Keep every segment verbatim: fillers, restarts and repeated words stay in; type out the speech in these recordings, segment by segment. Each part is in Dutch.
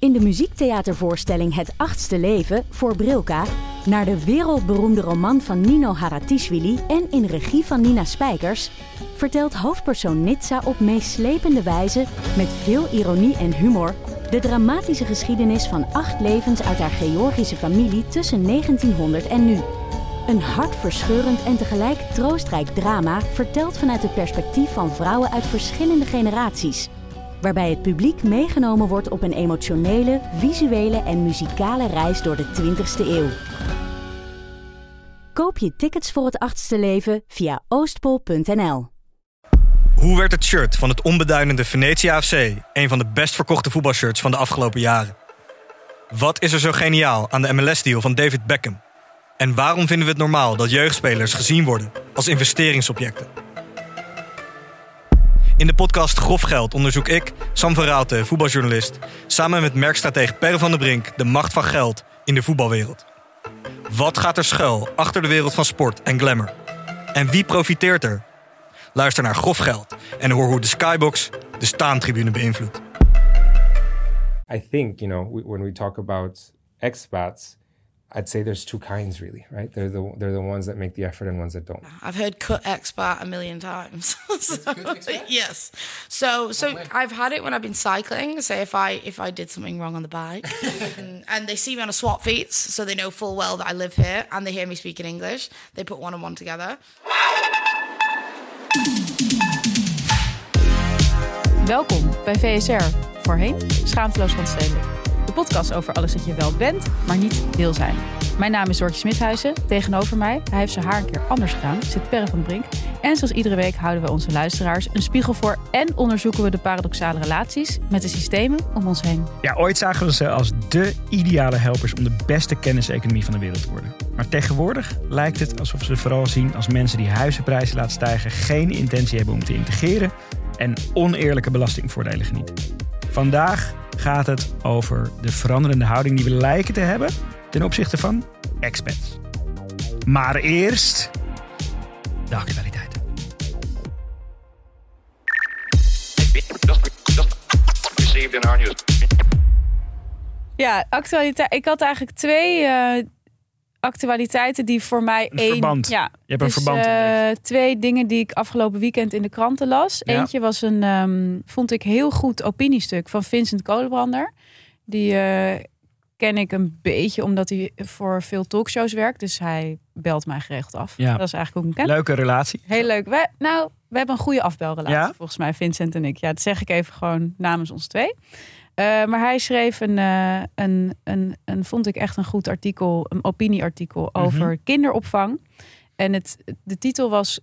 in de muziektheatervoorstelling Het Achtste Leven voor Brilka naar de wereldberoemde roman van Nino Haratischvili en in regie van Nina Spijkers, vertelt hoofdpersoon Nitsa op meeslepende wijze, met veel ironie en humor, de dramatische geschiedenis van acht levens uit haar Georgische familie tussen negentienhonderd en nu. Een hartverscheurend en tegelijk troostrijk drama verteld vanuit het perspectief van vrouwen uit verschillende generaties, waarbij het publiek meegenomen wordt op een emotionele, visuele en muzikale reis door de twintigste eeuw. Koop je tickets voor Het Achtste Leven via oostpol punt n l. Hoe werd het shirt van het onbeduidende Venetia F C een van de best verkochte voetbalshirts van de afgelopen jaren? Wat is er zo geniaal aan de M L S-deal van David Beckham? En waarom vinden we het normaal dat jeugdspelers gezien worden als investeringsobjecten? In de podcast Grof Geld onderzoek ik, Sam van Raalte, voetbaljournalist, samen met merkstratege Per van der Brink de macht van geld in de voetbalwereld. Wat gaat er schuil achter de wereld van sport en glamour? En wie profiteert er? Luister naar Grof Geld en hoor hoe de Skybox de staantribune beïnvloedt. I think, you know, when we talk about expats, I'd say there's two kinds, really, right? They're the they're the ones that make the effort and ones that don't. I've heard cut expat a million times. so, yes. So so I've had it when I've been cycling. Say if I if I did something wrong on the bike, and, and they see me on a swap feeds, so they know full well that I live here, and they hear me speaking English. They put one and one together. Welkom bij V S R, voorheen Schaamteloos Randstedelijk. De podcast over alles dat je wel bent, maar niet wil zijn. Mijn naam is Doortje Smithuizen. Tegenover mij, hij heeft zijn haar een keer anders gedaan, zit Per van Brink. En zoals iedere week houden we onze luisteraars een spiegel voor en onderzoeken we de paradoxale relaties met de systemen om ons heen. Ja, ooit zagen we ze als de ideale helpers om de beste kenniseconomie van de wereld te worden. Maar tegenwoordig lijkt het alsof ze vooral zien als mensen die huizenprijzen laten stijgen, geen intentie hebben om te integreren en oneerlijke belastingvoordelen genieten. Vandaag gaat het over de veranderende houding die we lijken te hebben ten opzichte van expats. Maar eerst de actualiteit. Ja, actualiteit. Ik had eigenlijk twee uh, actualiteiten die voor mij Een één... verband. Ja, Je hebt dus, een verband uh, twee dingen die ik afgelopen weekend in de kranten las. Ja. Eentje was een, um, vond ik heel goed opiniestuk van Vincent Kolenbrander. Die uh, ken ik een beetje omdat hij voor veel talkshows werkt. Dus hij belt mij geregeld af. Ja. Dat is eigenlijk ook een ken. Leuke relatie. Heel leuk. Wij, nou, we hebben een goede afbelrelatie Ja? volgens mij, Vincent en ik. Ja, dat zeg ik even gewoon namens ons twee. Uh, maar hij schreef een, uh, een, een, een, vond ik echt een goed artikel, een opinieartikel Mm-hmm. over kinderopvang. En het, de titel was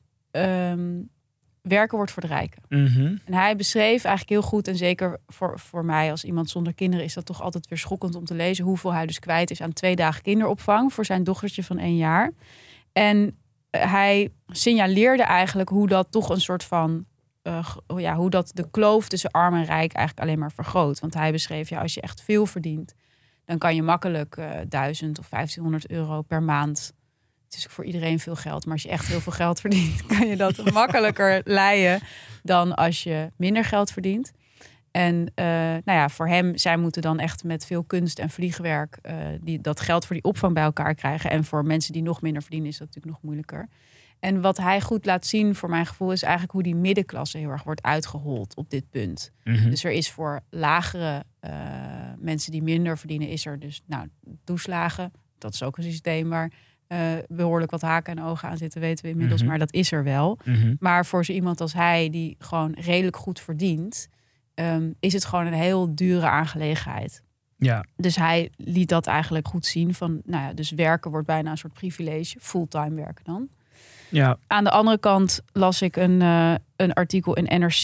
um, Werken wordt voor de rijken. Mm-hmm. En hij beschreef eigenlijk heel goed, en zeker voor, voor mij als iemand zonder kinderen is dat toch altijd weer schokkend om te lezen hoeveel hij dus kwijt is aan twee dagen kinderopvang voor zijn dochtertje van één jaar. En uh, hij signaleerde eigenlijk hoe dat toch een soort van Uh, ja, hoe dat de kloof tussen arm en rijk eigenlijk alleen maar vergroot. Want hij beschreef, ja, als je echt veel verdient, dan kan je makkelijk uh, duizend of vijftienhonderd euro per maand. Het is voor iedereen veel geld, maar als je echt heel veel geld verdient, kan je dat makkelijker leiden dan als je minder geld verdient. En uh, nou ja, voor hem, zij moeten dan echt met veel kunst en vliegwerk uh, die, dat geld voor die opvang bij elkaar krijgen. En voor mensen die nog minder verdienen is dat natuurlijk nog moeilijker. En wat hij goed laat zien, voor mijn gevoel, is eigenlijk hoe die middenklasse heel erg wordt uitgehold op dit punt. Mm-hmm. Dus er is voor lagere uh, mensen die minder verdienen, is er dus nou toeslagen. Dat is ook een systeem waar uh, behoorlijk wat haken en ogen aan zitten, weten we inmiddels. Mm-hmm. Maar dat is er wel. Mm-hmm. Maar voor zo iemand als hij, die gewoon redelijk goed verdient, um, is het gewoon een heel dure aangelegenheid. Ja. Dus hij liet dat eigenlijk goed zien. Van, nou ja, dus werken wordt bijna een soort privilege. Fulltime werken dan. Ja. Aan de andere kant las ik een, uh, een artikel in N R C.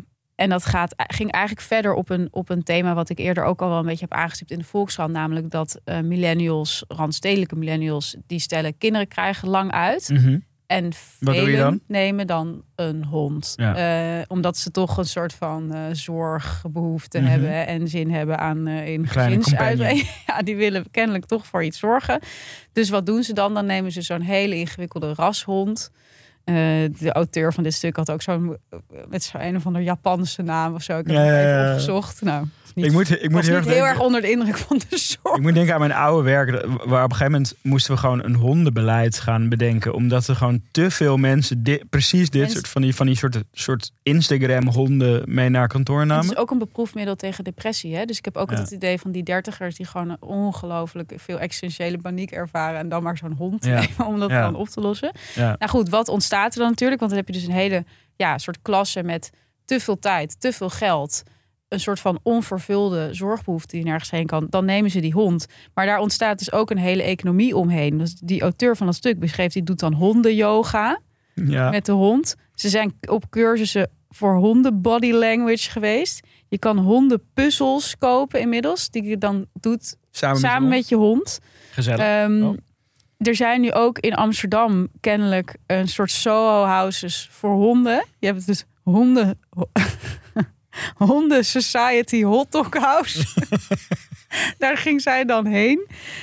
En dat gaat, ging eigenlijk verder op een, op een thema wat ik eerder ook al wel een beetje heb aangestipt in de Volkskrant. Namelijk dat uh, millennials, randstedelijke millennials, die stellen kinderen krijgen lang uit. Mm-hmm. En Wat doe je dan? nemen dan een hond. Ja. Uh, omdat ze toch een soort van uh, zorgbehoefte Mm-hmm. hebben en zin hebben aan uh, in Kleine gezinsuitbreiding. Ja, die willen kennelijk toch voor iets zorgen. Dus wat doen ze dan? Dan nemen ze zo'n hele ingewikkelde rashond. Uh, de auteur van dit stuk had ook zo'n met zo'n een of ander Japanse naam of zo. Ik heb Ja, het ja, even ja. opgezocht. Nou, niet, Ik moet, ik moet was heel, niet erg heel denken- erg onder de indruk van de zorg. Ik moet denken aan mijn oude werk, waar op een gegeven moment moesten we gewoon een hondenbeleid gaan bedenken. Omdat er gewoon te veel mensen di- precies dit Mensen- soort van die, van die soort, soort Instagram-honden mee naar kantoor Het namen. is ook een beproefmiddel tegen depressie. Hè? Dus ik heb ook Ja. het idee van die dertigers die gewoon ongelooflijk veel existentiële paniek ervaren. En dan maar zo'n hond Ja. nemen om dat Ja. dan op te lossen. Ja. Nou goed, wat ontstaat er dan natuurlijk? Want dan heb je dus een hele ja, soort klasse met te veel tijd, te veel geld. Een soort van onvervulde zorgbehoefte die nergens heen kan. Dan nemen ze die hond. Maar daar ontstaat dus ook een hele economie omheen. Dus die auteur van dat stuk beschreef, die doet dan hondenyoga Ja. met de hond. Ze zijn op cursussen voor honden body language geweest. Je kan hondenpuzzels kopen inmiddels. Die je dan doet Samen, samen met, met je hond. Gezellig. Ehm, Oh. Er zijn nu ook in Amsterdam kennelijk een soort Soho-houses voor honden. Je hebt dus honden... Honden Society Hotdog House. Daar ging zij dan heen.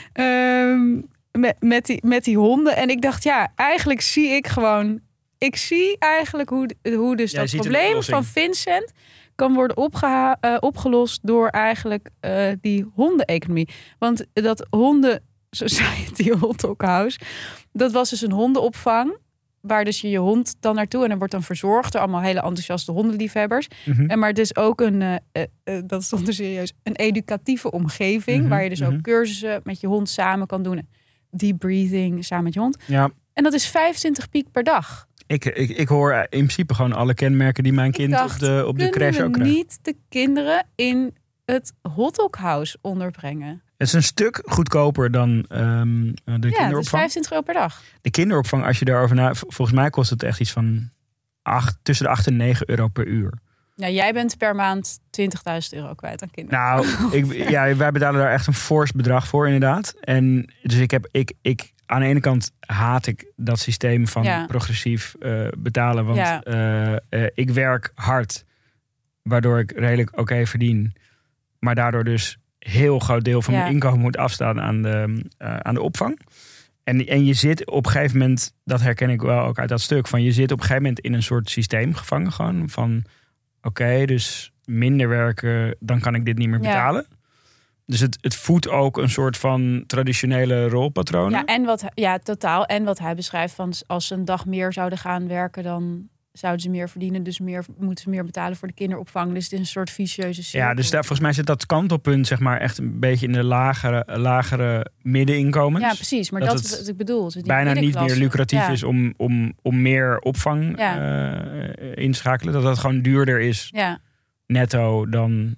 Ehm, met, met, die, met die honden. En ik dacht, ja, eigenlijk zie ik gewoon... Ik zie eigenlijk hoe, hoe dus Jij dat ziet een probleem oplossing. van Vincent kan worden opgeha- uh, opgelost door eigenlijk uh, die hondeneconomie. Want dat Honden Society Hotdog House, dat was dus een hondenopvang. Waar dus je je hond dan naartoe en dan wordt dan verzorgd door allemaal hele enthousiaste hondenliefhebbers. Mhm. En maar het is ook een, uh, uh, dat stond er serieus, een educatieve omgeving. Mhm, waar je dus mhm. ook cursussen met je hond samen kan doen. Deep breathing samen met je hond. Ja. En dat is vijfentwintig piek per dag. Ik, ik, ik hoor in principe gewoon alle kenmerken die mijn kind dacht, op de, op de Kunnen crash ook we krijgt. niet de kinderen in het hotdoghouse onderbrengen? Het is een stuk goedkoper dan ehm, de Ja, het is kinderopvang. vijfentwintig euro per dag. De kinderopvang, als je daarover na... Volgens mij kost het echt iets van acht, tussen de acht en negen euro per uur. Nou, jij bent per maand twintigduizend euro kwijt aan kinderen. Nou, ik, ja, wij betalen daar echt een fors bedrag voor inderdaad. En dus ik heb, ik, ik, aan de ene kant haat ik dat systeem van Ja. progressief uh, betalen. Want Ja. uh, uh, ik werk hard, waardoor ik redelijk oké verdien. Maar daardoor dus heel groot deel van Ja. mijn inkomen moet afstaan aan de, uh, aan de opvang. En, en je zit op een gegeven moment, dat herken ik wel ook uit dat stuk, van je zit op een gegeven moment in een soort systeem gevangen gewoon. Van oké, okay, dus minder werken, dan kan ik dit niet meer Ja. betalen. Dus het, het voedt ook een soort van traditionele rolpatronen. Ja, en wat, ja, totaal. En wat hij beschrijft van als ze een dag meer zouden gaan werken, dan zouden ze meer verdienen. Dus meer, moeten ze meer betalen voor de kinderopvang. Dus het is een soort vicieuze cirkel. Ja, dus daar, volgens mij zit dat kantelpunt zeg maar echt een beetje in de lagere, lagere middeninkomens. Ja, precies. Maar dat dat, het is wat ik bedoel. Dus die bijna niet meer middenklasse. lucratief Ja. is om, om, om meer opvang Ja. uh, in te schakelen. Dat dat gewoon duurder is Ja. netto dan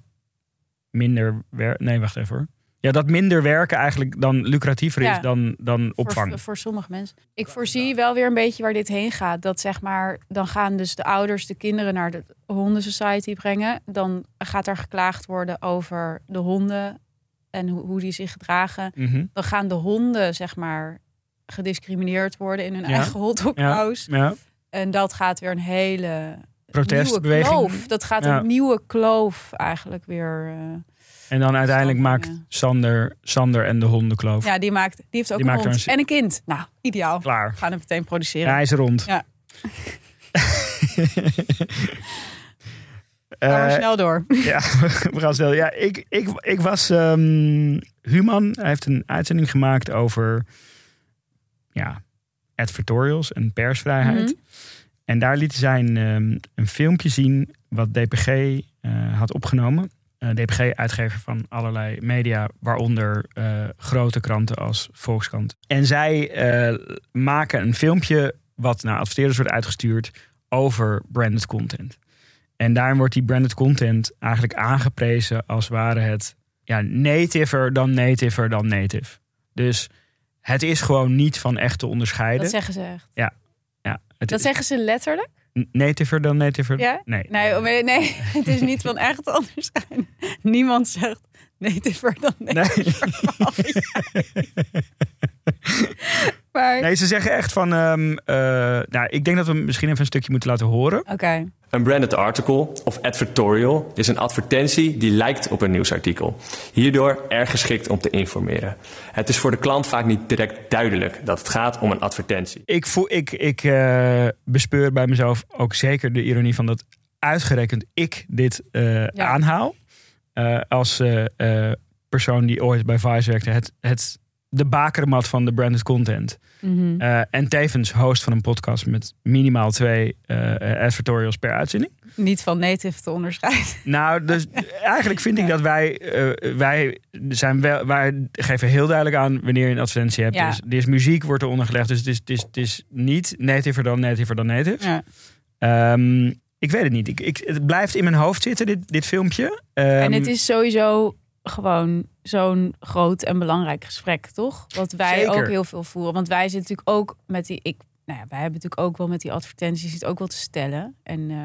minder werken. Nee, wacht even hoor. Ja, dat minder werken eigenlijk dan lucratiever Ja. is dan, dan opvang. Voor, voor sommige mensen. Ik voorzie wel weer een beetje waar dit heen gaat. Dat zeg maar, dan gaan dus de ouders de kinderen naar de hondensociety brengen. Dan gaat er geklaagd worden over de honden en hoe, hoe die zich gedragen. Mm-hmm. Dan gaan de honden zeg maar gediscrimineerd worden in hun Ja. eigen hotdoghouse. Ja, En dat gaat weer een hele nieuwe protestbeweging. kloof. Dat gaat Ja. een nieuwe kloof eigenlijk weer. Uh, En dan uiteindelijk Stand, maakt ja. Sander, Sander en de hondenkloof. ja, die maakt, die heeft ook Die een maakt hond er een- en een kind. Nou, ideaal. Klaar. We gaan het meteen produceren. Ja, hij is rond. Ja. Eh, Gaan we snel door. Ja, we gaan snel. Ja, ik, ik, ik was um, Human. Hij heeft een uitzending gemaakt over ja, advertorials en persvrijheid. Mhm. En daar liet zij een, um, een filmpje zien wat D P G uh, had opgenomen. Uh, D P G, uitgever van allerlei media, waaronder uh, grote kranten als Volkskrant. En zij uh, maken een filmpje wat naar adverteerders wordt uitgestuurd over branded content. En daarin wordt die branded content eigenlijk aangeprezen als ware het ja, nativer dan nativer dan native. Dus het is gewoon niet van echt te onderscheiden. Dat zeggen ze echt. Ja, ja, het Dat is zeggen ze letterlijk? nativer dan nativer? Ja? Nee. Nee, oh, nee, nee, het is niet van echt te onderscheiden. Niemand zegt nativer dan nativer. Nee. behalve jij. Maar... Nee, ze zeggen echt van... Um, uh, nou, ik denk dat we misschien even een stukje moeten laten horen. Oké. Okay. Een branded article of advertorial is een advertentie die lijkt op een nieuwsartikel. Hierdoor erg geschikt om te informeren. Het is voor de klant vaak niet direct duidelijk dat het gaat om een advertentie. Ik, voel, ik, ik uh, bespeur bij mezelf ook zeker de ironie van dat uitgerekend ik dit uh, ja. aanhaal. Uh, als uh, uh, persoon die ooit bij Vice werkte. Het, het, de bakermat van de branded content. Mm-hmm. Uh, en tevens host van een podcast met minimaal twee uh, advertorials per uitzending. Niet van native te onderscheiden. Nou, dus eigenlijk vind ik dat wij, uh, wij, zijn wel, wij geven heel duidelijk aan wanneer je een advertentie hebt. Ja. Dus, dus muziek wordt er ondergelegd. Dus het is, het is, het is niet nativer dan nativer dan native. Ja. Um, ik weet het niet. Ik, ik, het blijft in mijn hoofd zitten, dit, dit filmpje. Um, en het is sowieso gewoon zo'n groot en belangrijk gesprek, toch? Wat wij Zeker. ook heel veel voeren. Want wij zitten natuurlijk ook met die... Ik, nou ja, wij hebben natuurlijk ook wel met die advertenties het ook wel te stellen. En uh,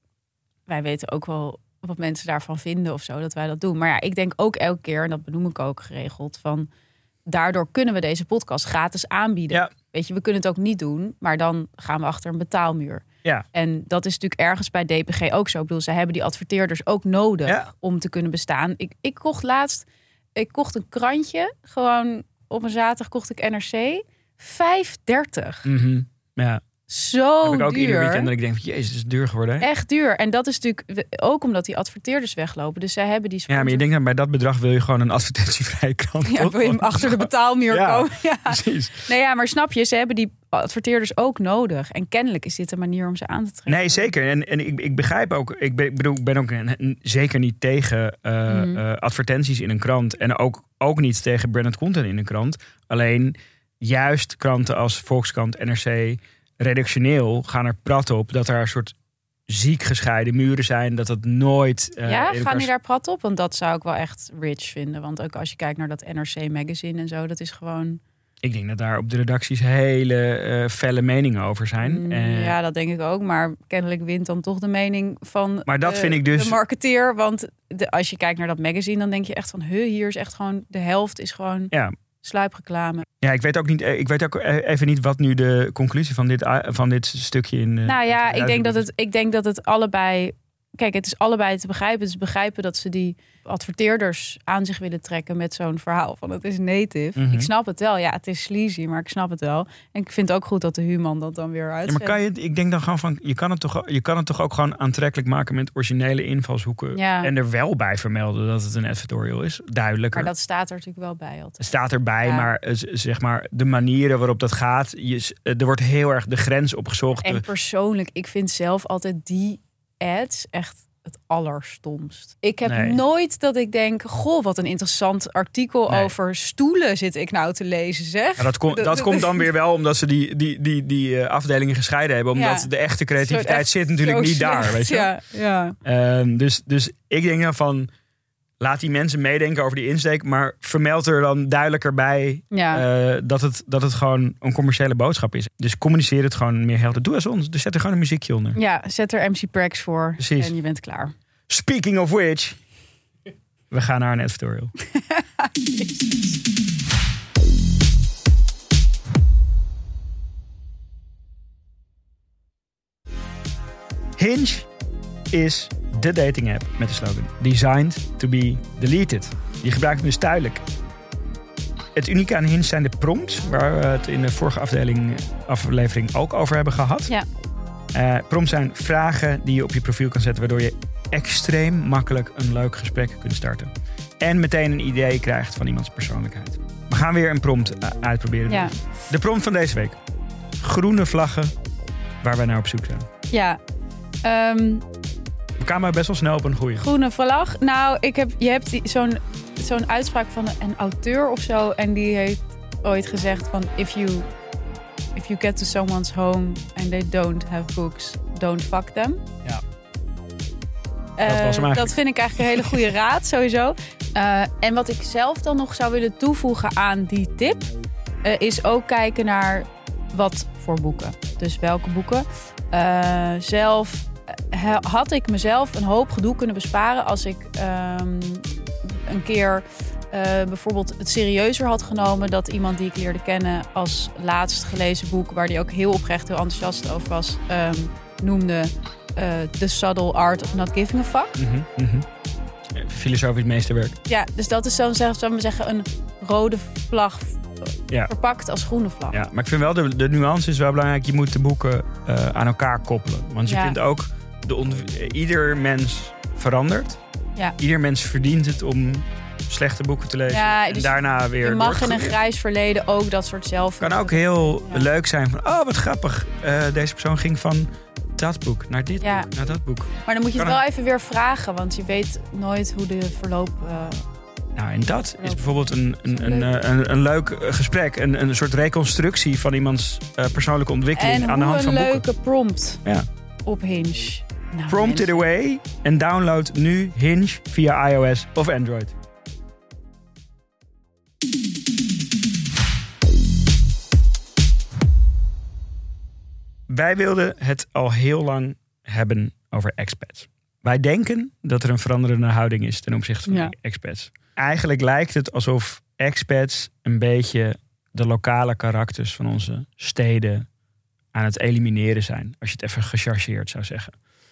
wij weten ook wel wat mensen daarvan vinden of zo, dat wij dat doen. Maar ja, ik denk ook elke keer, en dat benoem ik ook geregeld, van daardoor kunnen we deze podcast gratis aanbieden. Ja. Weet je, we kunnen het ook niet doen, maar dan gaan we achter een betaalmuur. Ja. En dat is natuurlijk ergens bij D P G ook zo. Ik bedoel, zij hebben die adverteerders ook nodig ja. om te kunnen bestaan. Ik, ik kocht laatst, ik kocht een krantje, gewoon op een zaterdag kocht ik N R C, vijf dertig. Mm-hmm. Ja. Zo heb ik ook duur. Ieder weekend dat ik denk, jezus, het is duur geworden. Hè? Echt duur. En dat is natuurlijk ook omdat die adverteerders weglopen. Dus zij hebben die sponsor... Ja, maar je denkt dan bij dat bedrag wil je gewoon een advertentievrije krant. Ja, wil je hem achter de betaalmuur ja, komen. Ja, precies. Nee, ja, maar snap je, ze hebben die adverteerders ook nodig. En kennelijk is dit een manier om ze aan te trekken. Nee, zeker. En, en ik, ik begrijp ook, ik ben, bedoel, ik ben ook een, een, zeker niet tegen uh, mm. uh, advertenties in een krant. En ook, ook niet tegen branded content in een krant. Alleen juist kranten als Volkskrant, N R C... redactioneel gaan er prat op dat er een soort ziek gescheiden muren zijn, dat dat nooit... Uh, ja, gaan elkaar... die daar prat op? Want dat zou ik wel echt rich vinden. Want ook als je kijkt naar dat N R C magazine en zo, dat is gewoon... Ik denk dat daar op de redacties hele uh, felle meningen over zijn. Mm, uh, ja, dat denk ik ook. Maar kennelijk wint dan toch de mening van maar dat uh, vind ik dus... de marketeer. Want de, als je kijkt naar dat magazine, dan denk je echt van... Huh, hier is echt gewoon... De helft is gewoon... Ja. Sluipreclame. Ja, ik weet ook niet. Ik weet ook even niet wat nu de conclusie van dit, van dit stukje in. Nou ja, ik denk dat het. Ik denk dat het allebei. Kijk, het is allebei te begrijpen. Het is begrijpen dat ze die adverteerders aan zich willen trekken met zo'n verhaal van het is native. Mm-hmm. Ik snap het wel. Ja, het is sleazy, maar ik snap het wel. En ik vind het ook goed dat de Human dat dan weer uitzet. Ja, maar kan je? Ik denk dan gewoon van je kan het toch. Je kan het toch ook gewoon aantrekkelijk maken met originele invalshoeken ja. en er wel bij vermelden dat het een advertorial is, duidelijker. Maar dat staat er natuurlijk wel bij altijd. Het staat erbij, ja. maar zeg maar de manieren waarop dat gaat. Je, er wordt heel erg de grens opgezocht. En persoonlijk, ik vind zelf altijd die ads echt het allerstomst. Ik heb nee. nooit dat ik denk, goh, wat een interessant artikel nee. over stoelen zit ik nou te lezen, zeg. Ja, dat kom, dat, dat komt dan weer wel omdat ze die, die, die, die uh, afdelingen gescheiden hebben. Omdat ja. de echte creativiteit echt zit natuurlijk niet slecht, daar. Weet je? Ja, ja. Um, dus, dus ik denk dan van, laat die mensen meedenken over die insteek, maar vermeld er dan duidelijker bij ja. uh, dat, het, dat het gewoon een commerciële boodschap is. Dus communiceer het gewoon meer helder. Doe als ons. Dus zet er gewoon een muziekje onder. Ja, zet er M C Prax voor. Precies. En je bent klaar. Speaking of which, we gaan naar een advertorial. Hinge is de dating app met de slogan Designed to be deleted. Je gebruikt hem dus duidelijk. Het unieke aan Hinge zijn de prompts, waar we het in de vorige afdeling, aflevering ook over hebben gehad. Ja. Uh, prompts zijn vragen die je op je profiel kan zetten, waardoor je extreem makkelijk een leuk gesprek kunt starten. En meteen een idee krijgt van iemands persoonlijkheid. We gaan weer een prompt uh, uitproberen. Ja. De prompt van deze week. Groene vlaggen waar wij naar op zoek zijn. Ja. Um... We kwamen best wel snel op een goeie. Groene vlag. Nou, ik heb, je hebt die, zo'n, zo'n uitspraak van een auteur of zo. En die heeft ooit gezegd van... If you, if you get to someone's home and they don't have books, don't fuck them. Ja. Uh, dat, was hem dat vind ik eigenlijk een hele goede raad, sowieso. Uh, en wat ik zelf dan nog zou willen toevoegen aan die tip... Uh, is ook kijken naar wat voor boeken. Dus welke boeken. Uh, zelf... had ik mezelf een hoop gedoe kunnen besparen als ik um, een keer uh, bijvoorbeeld het serieuzer had genomen dat iemand die ik leerde kennen als laatst gelezen boek, waar die ook heel oprecht heel enthousiast over was, um, noemde uh, The Subtle Art of Not Giving a Fuck. Mm-hmm, mm-hmm. Filosofisch meesterwerk. Ja, dus dat is zo, zou ik zeggen, een rode vlag ja. verpakt als groene vlag. Ja, maar ik vind wel, de, de nuance is wel belangrijk. Je moet de boeken uh, aan elkaar koppelen. Want je ja. vindt ook, de ont- ieder mens verandert. Ja. Ieder mens verdient het om slechte boeken te lezen. Ja, dus en daarna weer je mag in een grijs verleden ook dat soort zelf. Het kan ook heel ja. leuk zijn van, oh wat grappig. Uh, deze persoon ging van dat boek naar dit ja. boek, naar dat boek. Maar dan moet je kan het wel een... even weer vragen, want je weet nooit hoe de verloop... Uh, nou, en dat is bijvoorbeeld een, een, een, een, een, een leuk gesprek. Een, een soort reconstructie van iemands uh, persoonlijke ontwikkeling en aan de hand van boeken. En een leuke prompt ja. op Hinge. Nou, Prompt it away en download nu Hinge via iOS of Android. Wij wilden het al heel lang hebben over expats. Wij denken dat er een veranderende houding is ten opzichte van ja. expats. Eigenlijk lijkt het alsof expats een beetje de lokale karakters van onze steden aan het elimineren zijn. Als je het even gechargeerd zou zeggen.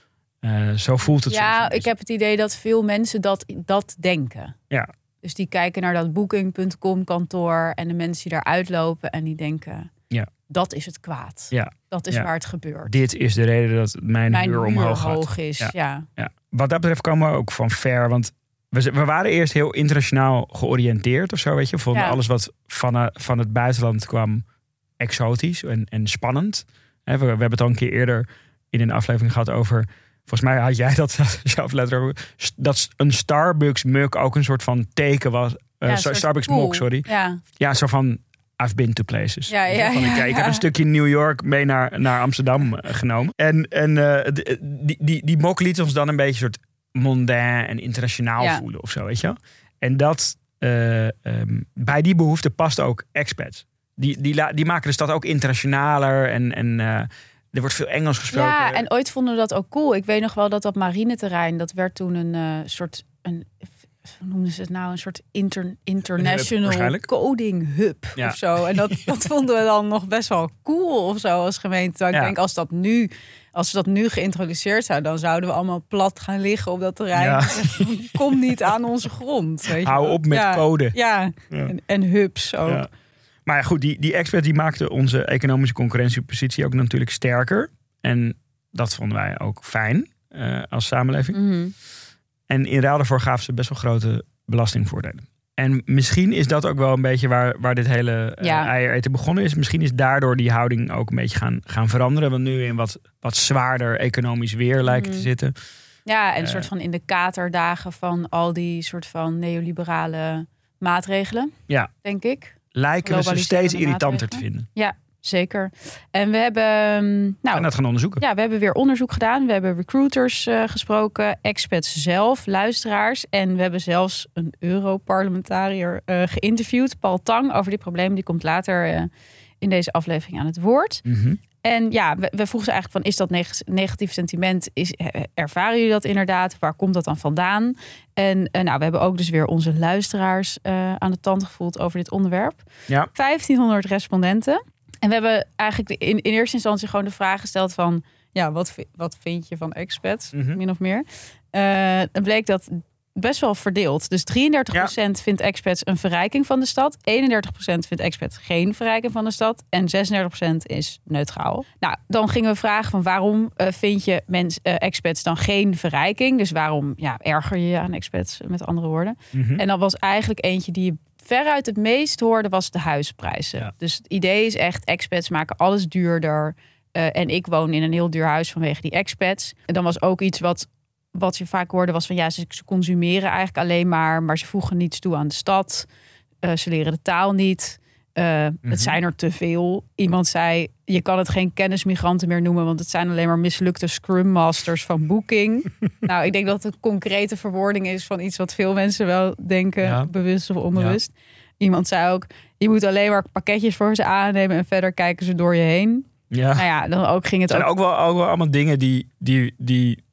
Uh, zo voelt het ja, soms. Ja, ik heb het idee dat veel mensen dat, dat denken. Ja. Dus die kijken naar dat booking punt com kantoor en de mensen die daar uitlopen en die denken, ja. dat is het kwaad. Ja. Dat is ja. waar het gebeurt. Dit is de reden dat mijn, mijn huur omhoog gaat. Hoog is, ja. Ja. Ja. Wat dat betreft komen we ook van ver, want we, we waren eerst heel internationaal georiënteerd of zo, weet je. We vonden ja. alles wat van, uh, van het buitenland kwam exotisch en, en spannend. We, we hebben het al een keer eerder in een aflevering gehad over, volgens mij had jij dat zelf letterlijk, dat een Starbucks muk ook een soort van teken was. Uh, ja, Starbucks cool. mok, sorry. Ja. ja, zo van I've been to places. Ja, ja, van, ja, ik, ja, ik heb een stukje New York mee naar, naar Amsterdam uh, genomen. En, en uh, die, die, die mok liet ons dan een beetje soort mondain en internationaal ja. voelen of zo, weet je wel. En dat uh, um, bij die behoefte past ook expats. Die, die, die maken de stad ook internationaler en, en uh, er wordt veel Engels gesproken. Ja, en ooit vonden we dat ook cool. Ik weet nog wel dat dat marineterrein, dat werd toen een uh, soort, een, hoe noemden ze het nou, een soort inter, international hub, coding hub ja. of zo. En dat, dat vonden we dan nog best wel cool of zo als gemeente. Terwijl ja. ik denk, als dat nu, als we dat nu geïntroduceerd zouden, dan zouden we allemaal plat gaan liggen op dat terrein. Ja. Kom niet aan onze grond. Weet je Hou wel. op met ja. code. Ja, ja. En, en hubs ook. Ja. Maar ja, goed, die, die expert die maakte onze economische concurrentiepositie ook natuurlijk sterker. En dat vonden wij ook fijn uh, als samenleving. Mm-hmm. En in ruil daarvoor gaven ze best wel grote belastingvoordelen. En misschien is dat ook wel een beetje waar, waar dit hele uh, ja. eiereten begonnen is. Misschien is daardoor die houding ook een beetje gaan, gaan veranderen. Want nu in wat, wat zwaarder economisch weer lijkt mm-hmm. te zitten. Ja, en een uh, soort van in de katerdagen van al die soort van neoliberale maatregelen. Ja. Denk ik. Lijken we ze steeds irritanter te vinden. Ja, zeker. En we hebben... Nou, en dat gaan onderzoeken. Ja, we hebben weer onderzoek gedaan. We hebben recruiters uh, gesproken, expats zelf, luisteraars. En we hebben zelfs een Europarlementariër uh, geïnterviewd, Paul Tang, over dit probleem. Die komt later uh, in deze aflevering aan het woord. Mm-hmm. En ja, we, we vroegen ze eigenlijk van, is dat neg- negatief sentiment? Is, ervaren jullie dat inderdaad? Waar komt dat dan vandaan? En uh, nou, we hebben ook dus weer onze luisteraars uh, aan de tand gevoeld over dit onderwerp. Ja. vijftienhonderd respondenten. En we hebben eigenlijk in, in eerste instantie gewoon de vraag gesteld van, ja, wat, wat vind je van expats? Mm-hmm. Min of meer. Uh, dan bleek dat best wel verdeeld. Dus drieëndertig procent ja. vindt expats een verrijking van de stad. eenendertig procent vindt expats geen verrijking van de stad. En zesendertig procent is neutraal. Nou, dan gingen we vragen van waarom uh, vind je mens, uh, expats dan geen verrijking? Dus waarom ja, erger je je aan expats, met andere woorden? Mm-hmm. En dat was eigenlijk eentje die je veruit het meest hoorde, was de huisprijzen. Ja. Dus het idee is echt, expats maken alles duurder. Uh, en ik woon in een heel duur huis vanwege die expats. En dan was ook iets wat... Wat je vaak hoorde was van ja, ze, ze consumeren eigenlijk alleen maar, maar ze voegen niets toe aan de stad. Uh, ze leren de taal niet. Uh, mm-hmm. Het zijn er te veel. Iemand zei, je kan het geen kennismigranten meer noemen, want het zijn alleen maar mislukte Scrum Masters van Booking. Nou, ik denk dat het een concrete verwoording is van iets wat veel mensen wel denken, ja. bewust of onbewust. Ja. Iemand zei ook, je moet alleen maar pakketjes voor ze aannemen en verder kijken ze door je heen. Ja. Nou ja, dan ook ging het zijn ook... ook wel, ook wel allemaal dingen die... die, die...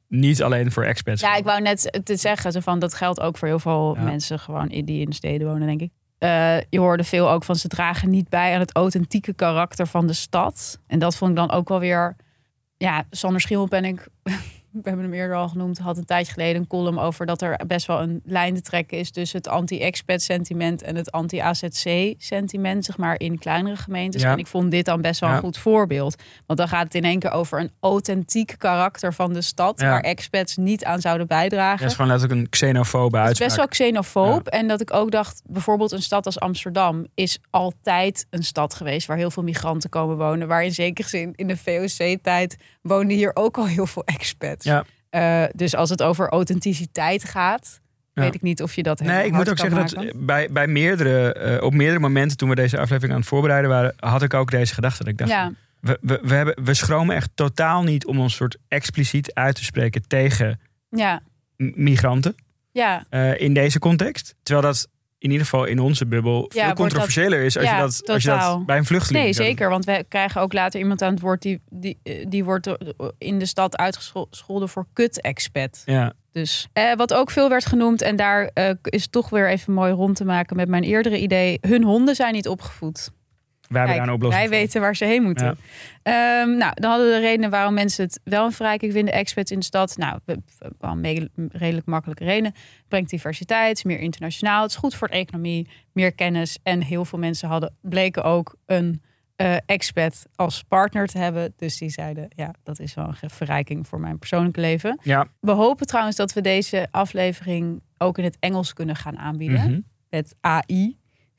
niet alleen voor expats. Ja, ik wou net te zeggen, zo van, dat geldt ook voor heel veel Ja. mensen gewoon die in de steden wonen, denk ik. Uh, je hoorde veel ook van, ze dragen niet bij aan het authentieke karakter van de stad. En dat vond ik dan ook wel weer... Ja, Sander Schimmel ben ik... We hebben hem eerder al genoemd, had een tijdje geleden een column over dat er best wel een lijn te trekken is tussen het anti-expat sentiment en het anti-A Z C sentiment, zeg maar, in kleinere gemeentes. Ja. En ik vond dit dan best wel Ja. een goed voorbeeld. Want dan gaat het in één keer over een authentiek karakter van de stad, Ja. waar expats niet aan zouden bijdragen. Dat is gewoon letterlijk een xenofobe Het is uitspraak. best wel xenofoob. En dat ik ook dacht, bijvoorbeeld een stad als Amsterdam is altijd een stad geweest waar heel veel migranten komen wonen. Waar in zekere zin in de V O C-tijd woonden hier ook al heel veel expats. Ja. Uh, dus als het over authenticiteit gaat, Ja. weet ik niet of je dat Nee, ik moet ook zeggen dat bij, bij meerdere, uh, op meerdere momenten toen we deze aflevering aan het voorbereiden waren, had ik ook deze gedachte. Dat ik dacht, Ja. we, we, we, hebben, we schromen echt totaal niet om ons soort expliciet uit te spreken tegen Ja. m- migranten Ja. uh, in deze context. Terwijl dat in ieder geval in onze bubbel Ja, veel wordt controversiëler dat- is als, ja, je dat, als je totaal. dat bij een vluchteling Nee, zou doen. zeker. Want we krijgen ook later iemand aan het woord die, die, die wordt in de stad uitgescholden voor kut-expat. Ja. Dus eh, wat ook veel werd genoemd, en daar uh, is toch weer even mooi rond te maken met mijn eerdere idee. Hun honden zijn niet opgevoed. Wij hebben Kijk, daar een oplossing wij voor. weten waar ze heen moeten. Ja. Um, nou, dan hadden we de redenen waarom mensen het wel een verrijking vinden. Expats in de stad. Nou, wel een me- redelijk makkelijke reden. Brengt diversiteit, is meer internationaal. Het is goed voor de economie, meer kennis. En heel veel mensen hadden, bleken ook een uh, expat als partner te hebben. Dus die zeiden, ja, dat is wel een verrijking voor mijn persoonlijke leven. Ja. We hopen trouwens dat we deze aflevering ook in het Engels kunnen gaan aanbieden. Mm-hmm. Met A I.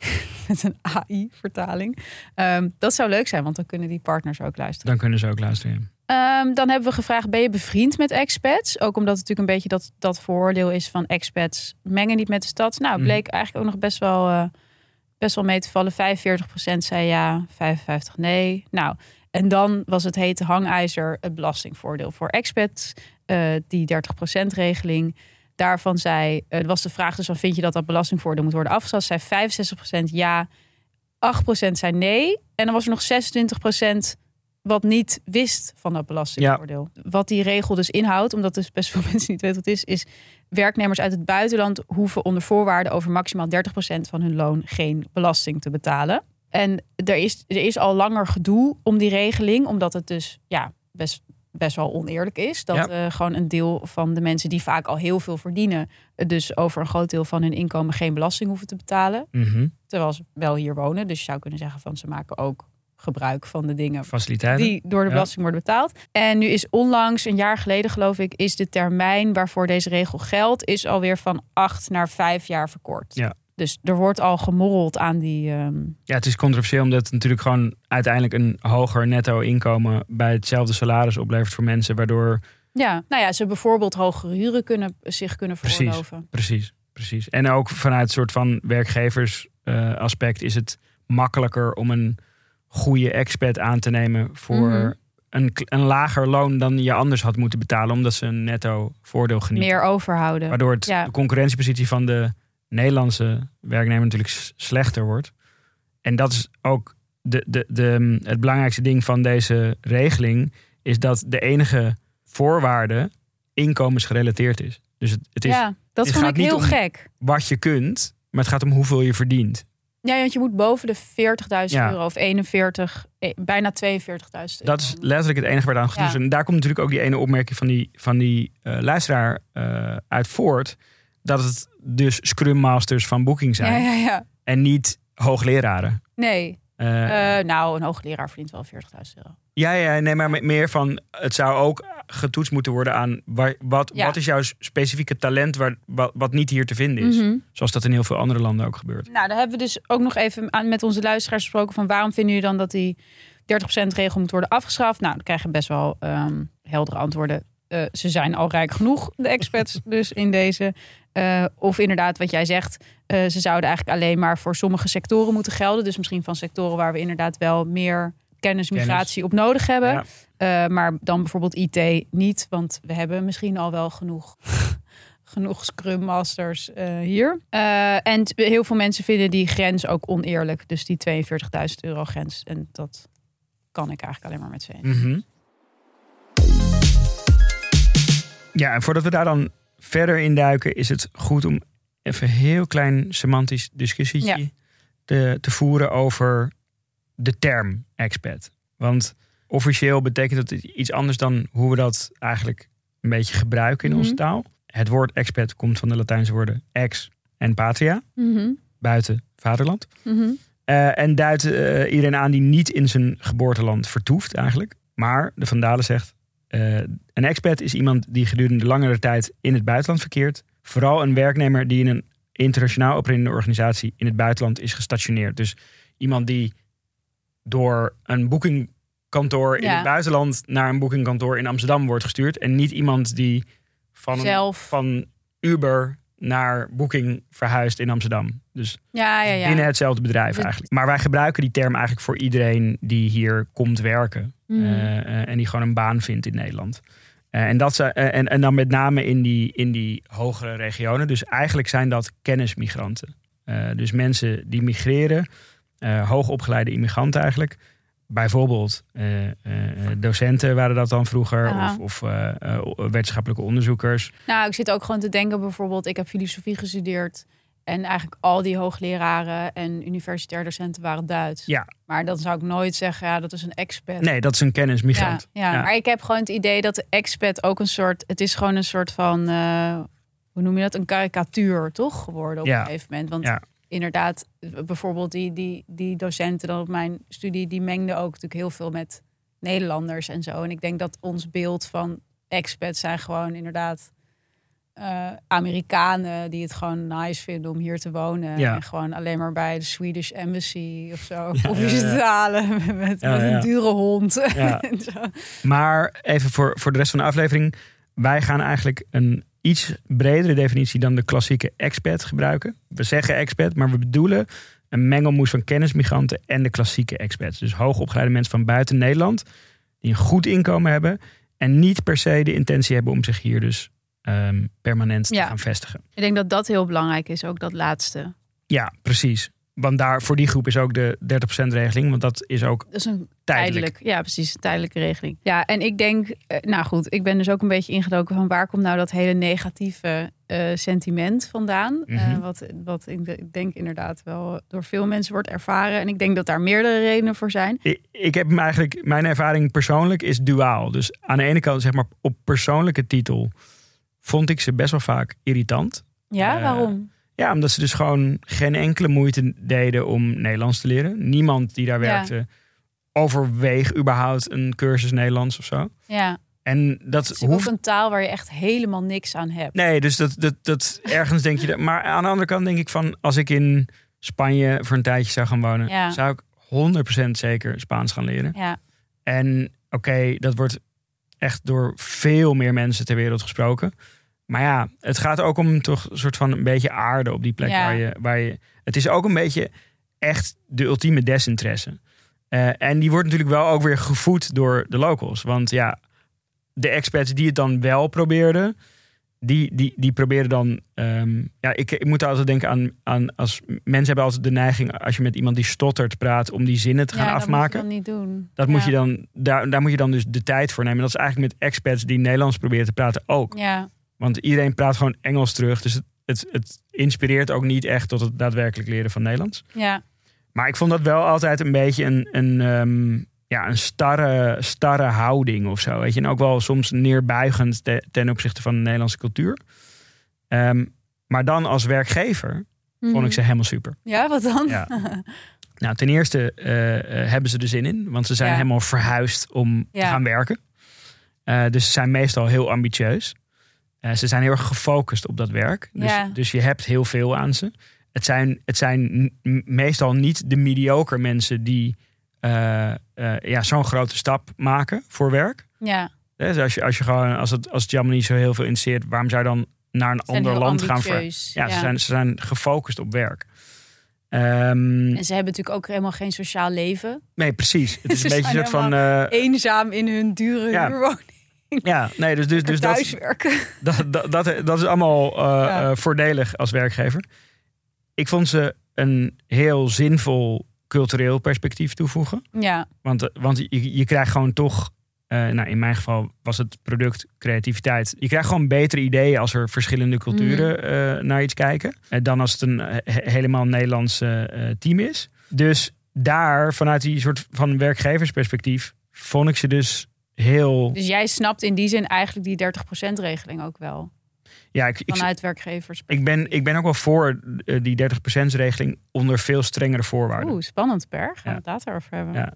Met een A I-vertaling. Um, dat zou leuk zijn, want dan kunnen die partners ook luisteren. Dan kunnen ze ook luisteren. Um, dan hebben we gevraagd, ben je bevriend met expats? Ook omdat het natuurlijk een beetje dat, dat vooroordeel is van expats mengen niet met de stad. Nou, het bleek mm. eigenlijk ook nog best wel, uh, best wel mee te vallen. vijfenveertig procent zei ja, vijfenvijftig procent nee. Nou, en dan was het hete hangijzer het belastingvoordeel voor expats. Uh, die dertig procent regeling. Daarvan zei, uh, was de vraag dus van, vind je dat dat belastingvoordeel moet worden afgeschaft? Zei vijfenzestig procent ja, acht procent zei nee. En dan was er nog zesentwintig procent wat niet wist van dat belastingvoordeel. Ja. Wat die regel dus inhoudt, omdat dus best veel mensen niet weten wat het is, is werknemers uit het buitenland hoeven onder voorwaarden over maximaal dertig procent van hun loon geen belasting te betalen. En er is, er is al langer gedoe om die regeling, omdat het dus ja, best... best wel oneerlijk is. Dat ja. uh, gewoon een deel van de mensen die vaak al heel veel verdienen, dus over een groot deel van hun inkomen geen belasting hoeven te betalen. Mm-hmm. Terwijl ze wel hier wonen. Dus je zou kunnen zeggen van, ze maken ook gebruik van de dingen faciliteiten die door de ja. belasting worden betaald. En nu is onlangs, een jaar geleden geloof ik, is de termijn waarvoor deze regel geldt, is alweer van acht naar vijf jaar verkort. Ja. Dus er wordt al gemorreld aan die... Um... Ja, het is controversieel omdat het natuurlijk gewoon uiteindelijk een hoger netto inkomen bij hetzelfde salaris oplevert voor mensen, waardoor... Ja, nou ja, ze bijvoorbeeld hogere huren kunnen, zich kunnen veroorloven. Precies, precies, precies. En ook vanuit een soort van werkgeversaspect uh, is het makkelijker om een goede expat aan te nemen voor mm-hmm. een, een lager loon dan je anders had moeten betalen, omdat ze een netto voordeel genieten. Meer overhouden. Waardoor het, ja. de concurrentiepositie van de Nederlandse werknemer natuurlijk slechter wordt. En dat is ook de, de, de, het belangrijkste ding van deze regeling, is dat de enige voorwaarde inkomensgerelateerd is. Dus het, het is, ja, dat het vond gaat ik heel niet om gek. Wat je kunt, maar het gaat om hoeveel je verdient. Ja, want je moet boven de veertigduizend ja. euro of eenenveertig, bijna tweeënveertigduizend euro. Dat is letterlijk het enige waar het aan gedoe is. Ja. En daar komt natuurlijk ook die ene opmerking van die, van die uh, luisteraar uh, uit voort, dat het dus Scrum Masters van Booking zijn. Ja, ja, ja. En niet hoogleraren. Nee. Uh, uh, nou, een hoogleraar verdient wel veertigduizend euro. Ja, ja, nee, maar meer van, het zou ook getoetst moeten worden aan waar, wat, ja. wat is jouw specifieke talent waar, wat, wat niet hier te vinden is. Mm-hmm. Zoals dat in heel veel andere landen ook gebeurt. Nou, daar hebben we dus ook nog even aan, met onze luisteraars gesproken van, waarom vinden jullie dan dat die dertig procent regel moet worden afgeschaft? Nou, dan krijg je best wel um, heldere antwoorden. Uh, ze zijn al rijk genoeg, de expats, dus in deze. Uh, of inderdaad, wat jij zegt, uh, ze zouden eigenlijk alleen maar voor sommige sectoren moeten gelden. Dus misschien van sectoren waar we inderdaad wel meer kennismigratie Kennis. op nodig hebben. Ja. Uh, maar dan bijvoorbeeld I T niet, want we hebben misschien al wel genoeg, genoeg Scrum Masters uh, hier. Uh, en t- heel veel mensen vinden die grens ook oneerlijk. Dus die tweeënveertigduizend euro grens. En dat kan ik eigenlijk alleen maar met ze eens. Mm-hmm. Ja, en voordat we daar dan verder in duiken, is het goed om even een heel klein semantisch discussietje ja. te, te voeren over de term expat. Want officieel betekent dat iets anders dan hoe we dat eigenlijk een beetje gebruiken in mm-hmm. onze taal. Het woord expat komt van de Latijnse woorden ex en patria. Mm-hmm. Buiten vaderland. Mm-hmm. Uh, en duidt uh, iedereen aan die niet in zijn geboorteland vertoeft eigenlijk. Maar de Van Dalen zegt, uh, een expat is iemand die gedurende langere tijd in het buitenland verkeert. Vooral een werknemer die in een internationaal opererende organisatie in het buitenland is gestationeerd. Dus iemand die door een boekingkantoor in ja. het buitenland naar een boekingkantoor in Amsterdam wordt gestuurd. En niet iemand die van, Zelf. van Uber naar Booking verhuist in Amsterdam. Dus ja, ja, ja. binnen hetzelfde bedrijf de... eigenlijk. Maar wij gebruiken die term eigenlijk voor iedereen die hier komt werken. Mm. Uh, uh, en die gewoon een baan vindt in Nederland. Uh, en, dat, uh, en, en dan met name in die, in die hogere regionen. Dus eigenlijk zijn dat kennismigranten. Uh, dus mensen die migreren. Uh, hoogopgeleide immigranten eigenlijk. Bijvoorbeeld uh, uh, docenten waren dat dan vroeger. Aha. Of, of uh, uh, wetenschappelijke onderzoekers. Nou, ik zit ook gewoon te denken bijvoorbeeld. Ik heb filosofie gestudeerd. En eigenlijk al die hoogleraren en universitair docenten waren Duits. Ja. Maar dan zou ik nooit zeggen, ja, dat is een expat. Nee, dat is een kennismigrant. Ja, ja, ja. Maar ik heb gewoon het idee dat de expat ook een soort... Het is gewoon een soort van, uh, hoe noem je dat? Een karikatuur, toch? Geworden op ja. een gegeven moment. Want ja. inderdaad, bijvoorbeeld die, die, die docenten dan op mijn studie... die mengden ook natuurlijk heel veel met Nederlanders en zo. En ik denk dat ons beeld van expats zijn gewoon inderdaad... Uh, Amerikanen die het gewoon nice vinden om hier te wonen. Ja. En gewoon alleen maar bij de Swedish Embassy of zo. Ja, of je ja, ja. te halen met, ja, met ja. een dure hond. Ja. Zo. Maar even voor, voor de rest van de aflevering. Wij gaan eigenlijk een iets bredere definitie dan de klassieke expat gebruiken. We zeggen expat, maar we bedoelen een mengelmoes van kennismigranten en de klassieke expats. Dus hoogopgeleide mensen van buiten Nederland die een goed inkomen hebben en niet per se de intentie hebben om zich hier dus Um, permanent ja. te gaan vestigen. Ik denk dat dat heel belangrijk is, ook dat laatste. Ja, precies. Want daar voor die groep is ook de dertig procent regeling, want dat is ook dat is een tijdelijk. tijdelijk. Ja, precies, een tijdelijke regeling. Ja, en ik denk, nou goed, ik ben dus ook een beetje ingedoken van waar komt nou dat hele negatieve uh, sentiment vandaan? Mm-hmm. Uh, wat, wat ik denk inderdaad wel door veel mensen wordt ervaren. En ik denk dat daar meerdere redenen voor zijn. Ik, ik heb eigenlijk, mijn ervaring persoonlijk is duaal. Dus aan de ene kant, zeg maar, op persoonlijke titel vond ik ze best wel vaak irritant. Ja, uh, waarom? Ja, omdat ze dus gewoon geen enkele moeite deden om Nederlands te leren. Niemand die daar werkte ja. overweeg überhaupt een cursus Nederlands of zo. Ja. En dat het is hoeft... ook een taal waar je echt helemaal niks aan hebt. Nee, dus dat, dat, dat ergens denk je... Dat... Maar aan de andere kant denk ik van... als ik in Spanje voor een tijdje zou gaan wonen... Ja. zou ik honderd procent zeker Spaans gaan leren. Ja. En oké, okay, dat wordt echt door veel meer mensen ter wereld gesproken. Maar ja, het gaat ook om toch een soort van een beetje aarde op die plek. Ja. Waar, je, waar je... Het is ook een beetje echt de ultieme desinteresse. Uh, en die wordt natuurlijk wel ook weer gevoed door de locals. Want ja, de expats die het dan wel probeerden... Die, die, die proberen dan... Um, ja, ik, ik moet altijd denken aan, aan... als mensen hebben altijd de neiging... als je met iemand die stottert praat... om die zinnen te gaan ja, afmaken. Dat moet je dan niet doen. Dat ja. moet je dan, daar, daar moet je dan dus de tijd voor nemen. Dat is eigenlijk met expats die Nederlands proberen te praten ook. Ja. Want iedereen praat gewoon Engels terug. Dus het, het, het inspireert ook niet echt... tot het daadwerkelijk leren van Nederlands. Ja. Maar ik vond dat wel altijd een beetje een... een um, Ja, een starre, starre houding of zo. Weet je? En ook wel soms neerbuigend te, ten opzichte van de Nederlandse cultuur. Um, maar dan als werkgever mm-hmm. vond ik ze helemaal super. Ja, wat dan? Ja. Nou, ten eerste uh, uh, hebben ze er zin in. Want ze zijn ja. helemaal verhuisd om ja. te gaan werken. Uh, dus ze zijn meestal heel ambitieus. Uh, ze zijn heel erg gefocust op dat werk. Dus, ja. dus je hebt heel veel aan ze. Het zijn, het zijn n- meestal niet de mediocre mensen die... Uh, uh, ja, zo'n grote stap maken voor werk. Ja. Dus als je, als je gewoon, als het, als het jammer niet zo heel veel interesseert, waarom zou je dan naar een ander land gaan voor? Ja, ja. Ze, zijn, ze zijn gefocust op werk. Um, en ze hebben natuurlijk ook helemaal geen sociaal leven. Nee, precies. Het is een beetje een soort van uh, eenzaam in hun dure ja. huurwoning. Ja, nee, dus, dus, dus thuiswerken. Dat, dat, dat, dat is allemaal uh, ja. uh, voordelig als werkgever. Ik vond ze een heel zinvol cultureel perspectief toevoegen. Ja. Want, want je, je krijgt gewoon toch Uh, nou, in mijn geval was het product creativiteit. Je krijgt gewoon betere ideeën als er verschillende culturen mm. uh, naar iets kijken. Uh, dan als het een he- helemaal Nederlands uh, team is. Dus daar, vanuit die soort van werkgeversperspectief, vond ik ze dus heel... Dus jij snapt in die zin eigenlijk die dertig procent regeling ook wel? Ja, ik, vanuit ik, werkgevers. Ik ben, ik ben ook wel voor uh, die dertig procent regeling onder veel strengere voorwaarden. Oeh, spannend, Per. Gaan we ja. het later over hebben. Ja.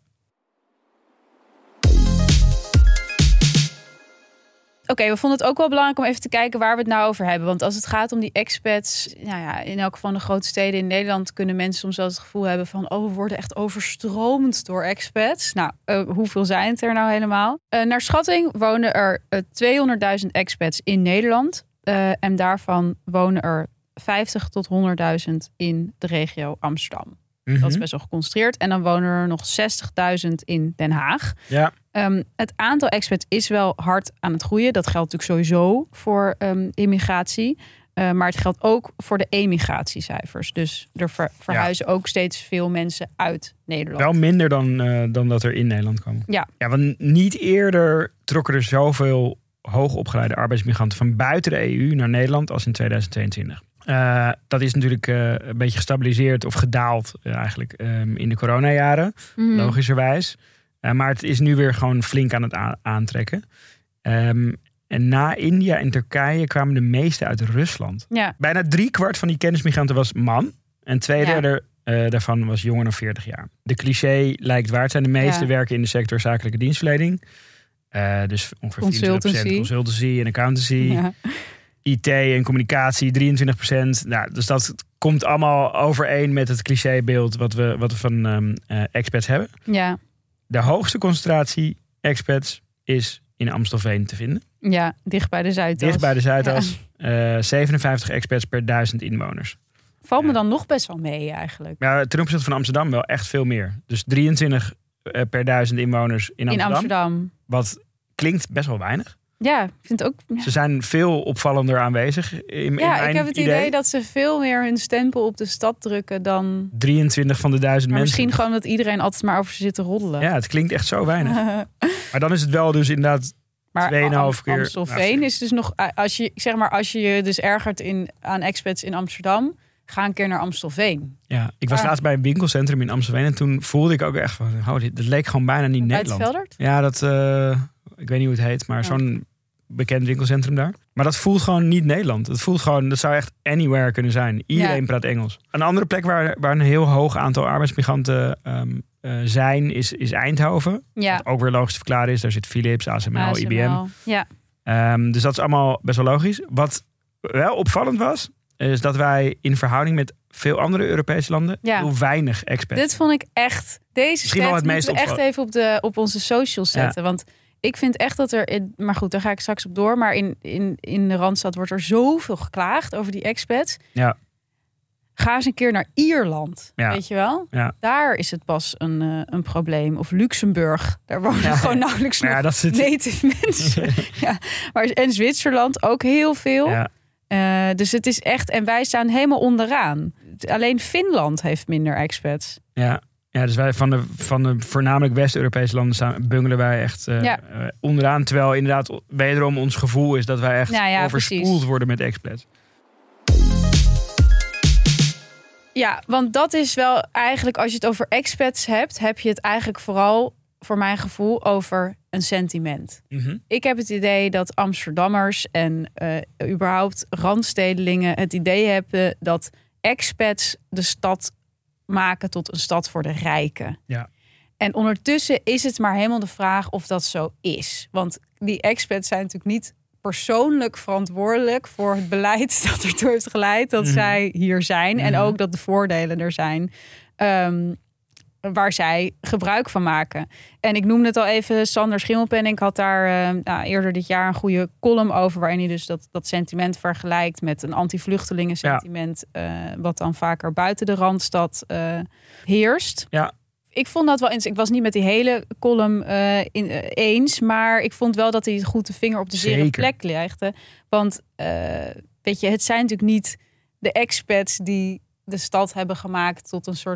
Oké, okay, we vonden het ook wel belangrijk om even te kijken waar we het nou over hebben. Want als het gaat om die expats, nou ja, in elk van de grote steden in Nederland kunnen mensen soms wel het gevoel hebben van, oh, we worden echt overstroomd door expats. Nou, uh, hoeveel zijn het er nou helemaal? Uh, naar schatting wonen er uh, tweehonderdduizend expats in Nederland. Uh, en daarvan wonen er vijftig tot honderdduizend in de regio Amsterdam. Mm-hmm. Dat is best wel geconcentreerd. En dan wonen er nog zestigduizend in Den Haag. Ja. Um, het aantal expats is wel hard aan het groeien. Dat geldt natuurlijk sowieso voor um, immigratie. Uh, maar het geldt ook voor de emigratiecijfers. Dus er ver- verhuizen ja. ook steeds veel mensen uit Nederland. Wel minder dan, uh, dan dat er in Nederland komen. Ja. Ja, want niet eerder trokken er zoveel hoogopgeleide arbeidsmigranten van buiten de E U naar Nederland als in tweeduizend tweeëntwintig. Uh, dat is natuurlijk uh, een beetje gestabiliseerd of gedaald uh, eigenlijk um, in de coronajaren, mm. logischerwijs. Uh, maar het is nu weer gewoon flink aan het a- aantrekken. Um, en na India en Turkije kwamen de meeste uit Rusland. Ja. Bijna drie kwart van die kennismigranten was man. En twee ja. derde uh, daarvan was jonger dan veertig jaar. De cliché lijkt waar. Het zijn de meeste ja. werken in de sector zakelijke dienstverlening. Uh, dus ongeveer vierentwintig procent consultancy en accountancy. Ja. I T en communicatie, drieëntwintig procent. Nou, dus dat komt allemaal overeen met het clichébeeld wat we, wat we van um, uh, expats hebben. Ja. De hoogste concentratie expats is in Amstelveen te vinden. Ja, dicht bij de Zuidas. Dicht bij de Zuidas. Ja. Uh, zevenenvijftig expats per duizend inwoners. Valt me ja. dan nog best wel mee eigenlijk. Ja, ten opzichte van Amsterdam wel echt veel meer. Dus drieëntwintig uh, per duizend inwoners in Amsterdam. In Amsterdam. Wat klinkt best wel weinig. Ja, ik vind het ook... Ja. Ze zijn veel opvallender aanwezig. In, ja, in mijn ik heb het idee. idee dat ze veel meer hun stempel op de stad drukken dan... drieëntwintig van de duizend maar mensen. Misschien gewoon dat iedereen altijd maar over ze zit te roddelen. Ja, het klinkt echt zo weinig. Maar dan is het wel dus inderdaad tweeënhalf keer... Amstelveen is dus nog... Als je, zeg maar, als je je dus ergert in, aan expats in Amsterdam... Ga een keer naar Amstelveen. Ja, ik was ah. laatst bij een winkelcentrum in Amstelveen... en toen voelde ik ook echt van... Oh, dit, dat leek gewoon bijna niet bij Nederland. Het Veldert? Ja, dat... Uh, ik weet niet hoe het heet, maar ja. zo'n bekend winkelcentrum daar. Maar dat voelt gewoon niet Nederland. Dat voelt gewoon... Dat zou echt anywhere kunnen zijn. Iedereen ja. praat Engels. Een andere plek waar, waar een heel hoog aantal arbeidsmigranten um, uh, zijn... Is, is Eindhoven. Ja. Wat ook weer logisch te verklaren is. Daar zit Philips, A S M L, A S M L. I B M. Ja. Um, dus dat is allemaal best wel logisch. Wat wel opvallend was... is dat wij in verhouding met veel andere Europese landen ja. heel weinig expats. Dit vond ik echt... Deze stat moeten we opvallen. echt even op, de, op onze socials zetten. Ja. Want ik vind echt dat er... In, maar goed, daar ga ik straks op door. Maar in, in, in de Randstad wordt er zoveel geklaagd over die expats. Ja. Ga eens een keer naar Ierland. Ja. Weet je wel? Ja. Daar is het pas een, uh, een probleem. Of Luxemburg. Daar wonen ja. gewoon nauwelijks nog ja, dat het... native mensen. ja. Maar, en Zwitserland ook heel veel. Ja. Uh, dus het is echt... En wij staan helemaal onderaan. Alleen Finland heeft minder expats. Ja, ja dus wij van de, van de voornamelijk West-Europese landen staan, bungelen wij echt uh, ja. uh, onderaan. Terwijl inderdaad wederom ons gevoel is dat wij echt ja, ja, overspoeld precies. worden met expats. Ja, want dat is wel eigenlijk... Als je het over expats hebt... heb je het eigenlijk vooral... voor mijn gevoel over een sentiment. Mm-hmm. Ik heb het idee dat Amsterdammers en uh, überhaupt randstedelingen het idee hebben dat expats de stad maken tot een stad voor de rijken. Ja. En ondertussen is het maar helemaal de vraag of dat zo is. Want die expats zijn natuurlijk niet persoonlijk verantwoordelijk voor het beleid dat ertoe heeft geleid dat mm-hmm. zij hier zijn. Mm-hmm. En ook dat de voordelen er zijn. Um, waar zij gebruik van maken. En ik noemde het al even, Sander Schimmelpenninck had daar uh, nou, eerder dit jaar een goede column over, waarin hij dus dat, dat sentiment vergelijkt met een anti-vluchtelingen sentiment, ja. uh, wat dan vaker buiten de Randstad uh, heerst. Ja. Ik vond dat wel eens. Ik was niet met die hele column uh, in, uh, eens, maar ik vond wel dat hij goed de vinger op de zere plek legde. Want uh, weet je, het zijn natuurlijk niet de expats die de stad hebben gemaakt tot een soort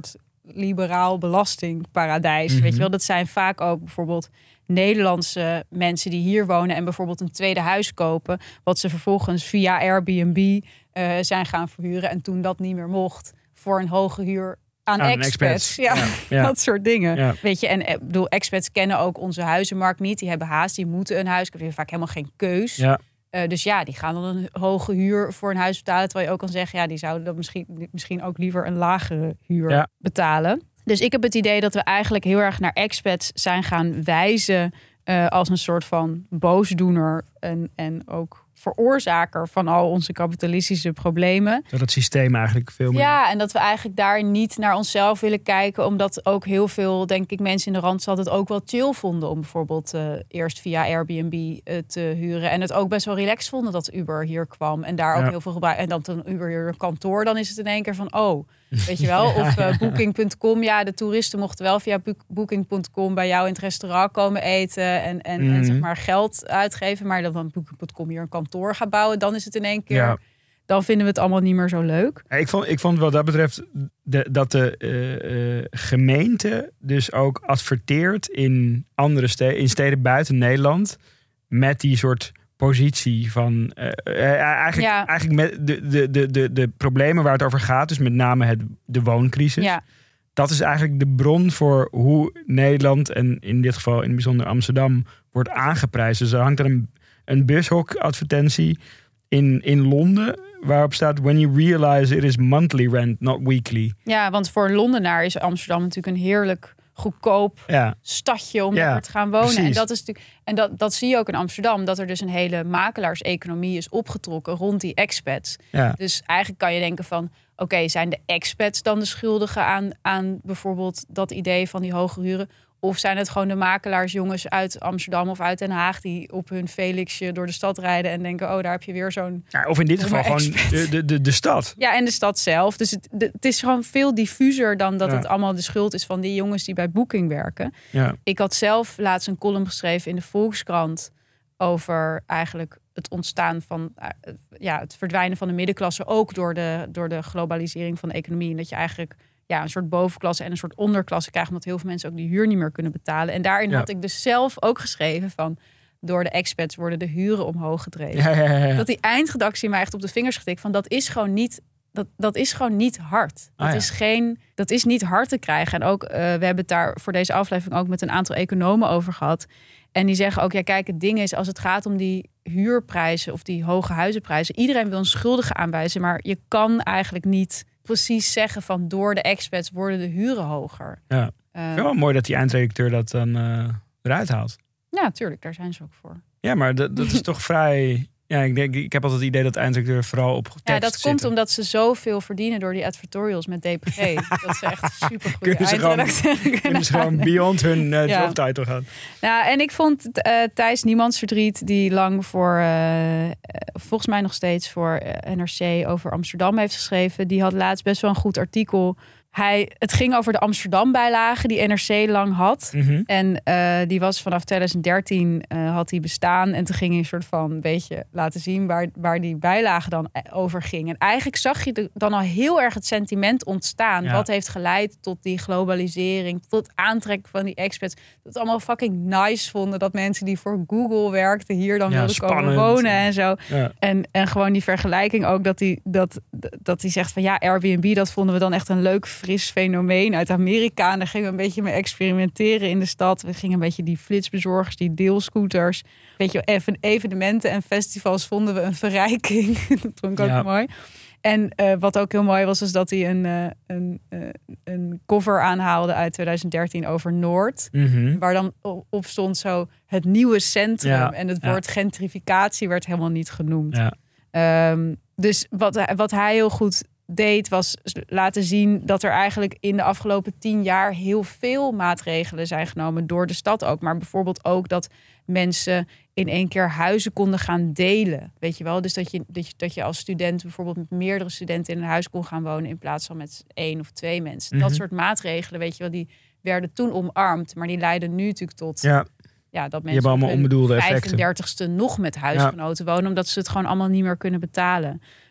liberaal belastingparadijs. Mm-hmm. Weet je wel, dat zijn vaak ook bijvoorbeeld Nederlandse mensen die hier wonen en bijvoorbeeld een tweede huis kopen, wat ze vervolgens via Airbnb uh, zijn gaan verhuren en toen dat niet meer mocht voor een hoge huur aan, aan expats. Ja, ja. ja, dat soort dingen. Ja. Weet je, en ik bedoel, expats kennen ook onze huizenmarkt niet. Die hebben haast, die moeten een huis. Ik heb vaak helemaal geen keus. Ja. Uh, dus ja, die gaan dan een hoge huur voor een huis betalen. Terwijl je ook kan zeggen, ja, die zouden dan misschien, misschien ook liever een lagere huur ja. betalen. Dus ik heb het idee dat we eigenlijk heel erg naar expats zijn gaan wijzen uh, als een soort van boosdoener en, en ook veroorzaker van al onze kapitalistische problemen. Dat het systeem eigenlijk veel meer... Ja, en dat we eigenlijk daar niet naar onszelf willen kijken, omdat ook heel veel, denk ik, mensen in de Randstad het ook wel chill vonden om bijvoorbeeld uh, eerst via Airbnb uh, te huren. En het ook best wel relaxed vonden dat Uber hier kwam en daar ook ja. heel veel gebruik. En dan een Uber hier een kantoor, dan is het in één keer van, oh, weet je wel. Ja, of uh, Booking punt com, ja, de toeristen mochten wel via Booking punt com bij jou in het restaurant komen eten en, en, mm. en zeg maar geld uitgeven. Maar dat dan Booking punt com hier een kantoor gaat bouwen, dan is het in één keer... Ja. Dan vinden we het allemaal niet meer zo leuk. Ik vond, ik vond wat dat betreft de, dat de uh, uh, gemeente dus ook adverteert in andere steden, in steden buiten Nederland, met die soort positie van uh, uh, eigenlijk, ja. eigenlijk met de, de, de, de, de problemen waar het over gaat, dus met name het, de wooncrisis. Ja. Dat is eigenlijk de bron voor hoe Nederland en in dit geval in het bijzonder Amsterdam wordt aangeprijsd. Dus er hangt er een, een bushok-advertentie in, in Londen waarop staat: when you realize it is monthly rent, not weekly. Ja, want voor een Londenaar is Amsterdam natuurlijk een heerlijk goedkoop ja. stadje om ja, daar te gaan wonen. Precies. En dat is natuurlijk, en dat, dat zie je ook in Amsterdam, dat er dus een hele makelaarseconomie is opgetrokken rond die expats. Ja. Dus eigenlijk kan je denken van, oké, okay, zijn de expats dan de schuldigen aan, aan bijvoorbeeld dat idee van die hoge huren? Of zijn het gewoon de makelaarsjongens uit Amsterdam of uit Den Haag die op hun Felixje door de stad rijden en denken, oh, daar heb je weer zo'n... Ja, of in dit geval gewoon de, de, de, de stad. Ja, en de stad zelf. Dus het, de, het is gewoon veel diffuser dan dat ja. het allemaal de schuld is van die jongens die bij Booking werken. Ja. Ik had zelf laatst een column geschreven in de Volkskrant over eigenlijk het ontstaan van uh, ja, het verdwijnen van de middenklasse, ook door de, door de globalisering van de economie. En dat je eigenlijk ja, een soort bovenklasse en een soort onderklasse krijgt, omdat heel veel mensen ook die huur niet meer kunnen betalen. En daarin ja. had ik dus zelf ook geschreven van, door de expats worden de huren omhoog gedreven. Ja, ja, ja, ja. Dat die eindredactie mij echt op de vingers getikt van, dat is gewoon niet, dat, dat is gewoon niet hard. Dat, ah, ja. is geen, dat is niet hard te krijgen. En ook, uh, we hebben het daar voor deze aflevering ook met een aantal economen over gehad. En die zeggen ook, ja kijk, het ding is, als het gaat om die huurprijzen of die hoge huizenprijzen, iedereen wil een schuldige aanwijzen, maar je kan eigenlijk niet precies zeggen van, door de expats worden de huren hoger. Ja, uh, vind wel mooi dat die eindredacteur dat dan uh, eruit haalt. Ja, tuurlijk, daar zijn ze ook voor. Ja, maar dat, dat is toch vrij... Ja, ik denk, ik heb altijd het idee dat de eindredacteur vooral op tekst Ja, dat zitten. komt omdat ze zoveel verdienen door die advertorials met D P G. Dat ze echt super goede eindredacteuren kunnen. Kunnen ze gewoon beyond hun uh, ja. jobtitle gaan. Nou, en ik vond uh, Thijs Niemandsverdriet, die lang voor, uh, uh, volgens mij nog steeds voor uh, N R C over Amsterdam heeft geschreven. Die had laatst best wel een goed artikel. Hij, het ging over de Amsterdam-bijlage die N R C lang had. Mm-hmm. En uh, die was vanaf twintig dertien uh, had die bestaan. En toen ging hij een soort van een beetje laten zien waar, waar die bijlage dan over ging. En eigenlijk zag je de, dan al heel erg het sentiment ontstaan. Ja. Wat heeft geleid tot die globalisering, tot het aantrekken van die expats. Dat het allemaal fucking nice vonden dat mensen die voor Google werkten hier dan ja, wilden spannend. komen wonen en zo. Ja. En, en gewoon die vergelijking ook dat hij dat, dat die zegt van ja, Airbnb, dat vonden we dan echt een leuk fris fenomeen uit Amerika. En daar gingen we een beetje mee experimenteren in de stad. We gingen een beetje die flitsbezorgers, die deelscooters. Weet je, even evenementen en festivals vonden we een verrijking. Dat vond ik ook ja. mooi. En uh, wat ook heel mooi was, is dat hij een, uh, een, uh, een cover aanhaalde uit twintig dertien over Noord. Mm-hmm. Waar dan op stond zo het nieuwe centrum. Ja. En het woord ja. gentrificatie werd helemaal niet genoemd. Ja. Um, dus wat, wat hij heel goed deed, was laten zien dat er eigenlijk in de afgelopen tien jaar heel veel maatregelen zijn genomen door de stad ook. Maar bijvoorbeeld ook dat mensen in één keer huizen konden gaan delen. Weet je wel? Dus dat je, dat je, dat je als student bijvoorbeeld met meerdere studenten in een huis kon gaan wonen in plaats van met één of twee mensen. Mm-hmm. Dat soort maatregelen, weet je wel, die werden toen omarmd, maar die leiden nu natuurlijk tot ja. Ja, dat mensen op hun vijfendertigste nog met huisgenoten ja. wonen, omdat ze het gewoon allemaal niet meer kunnen betalen.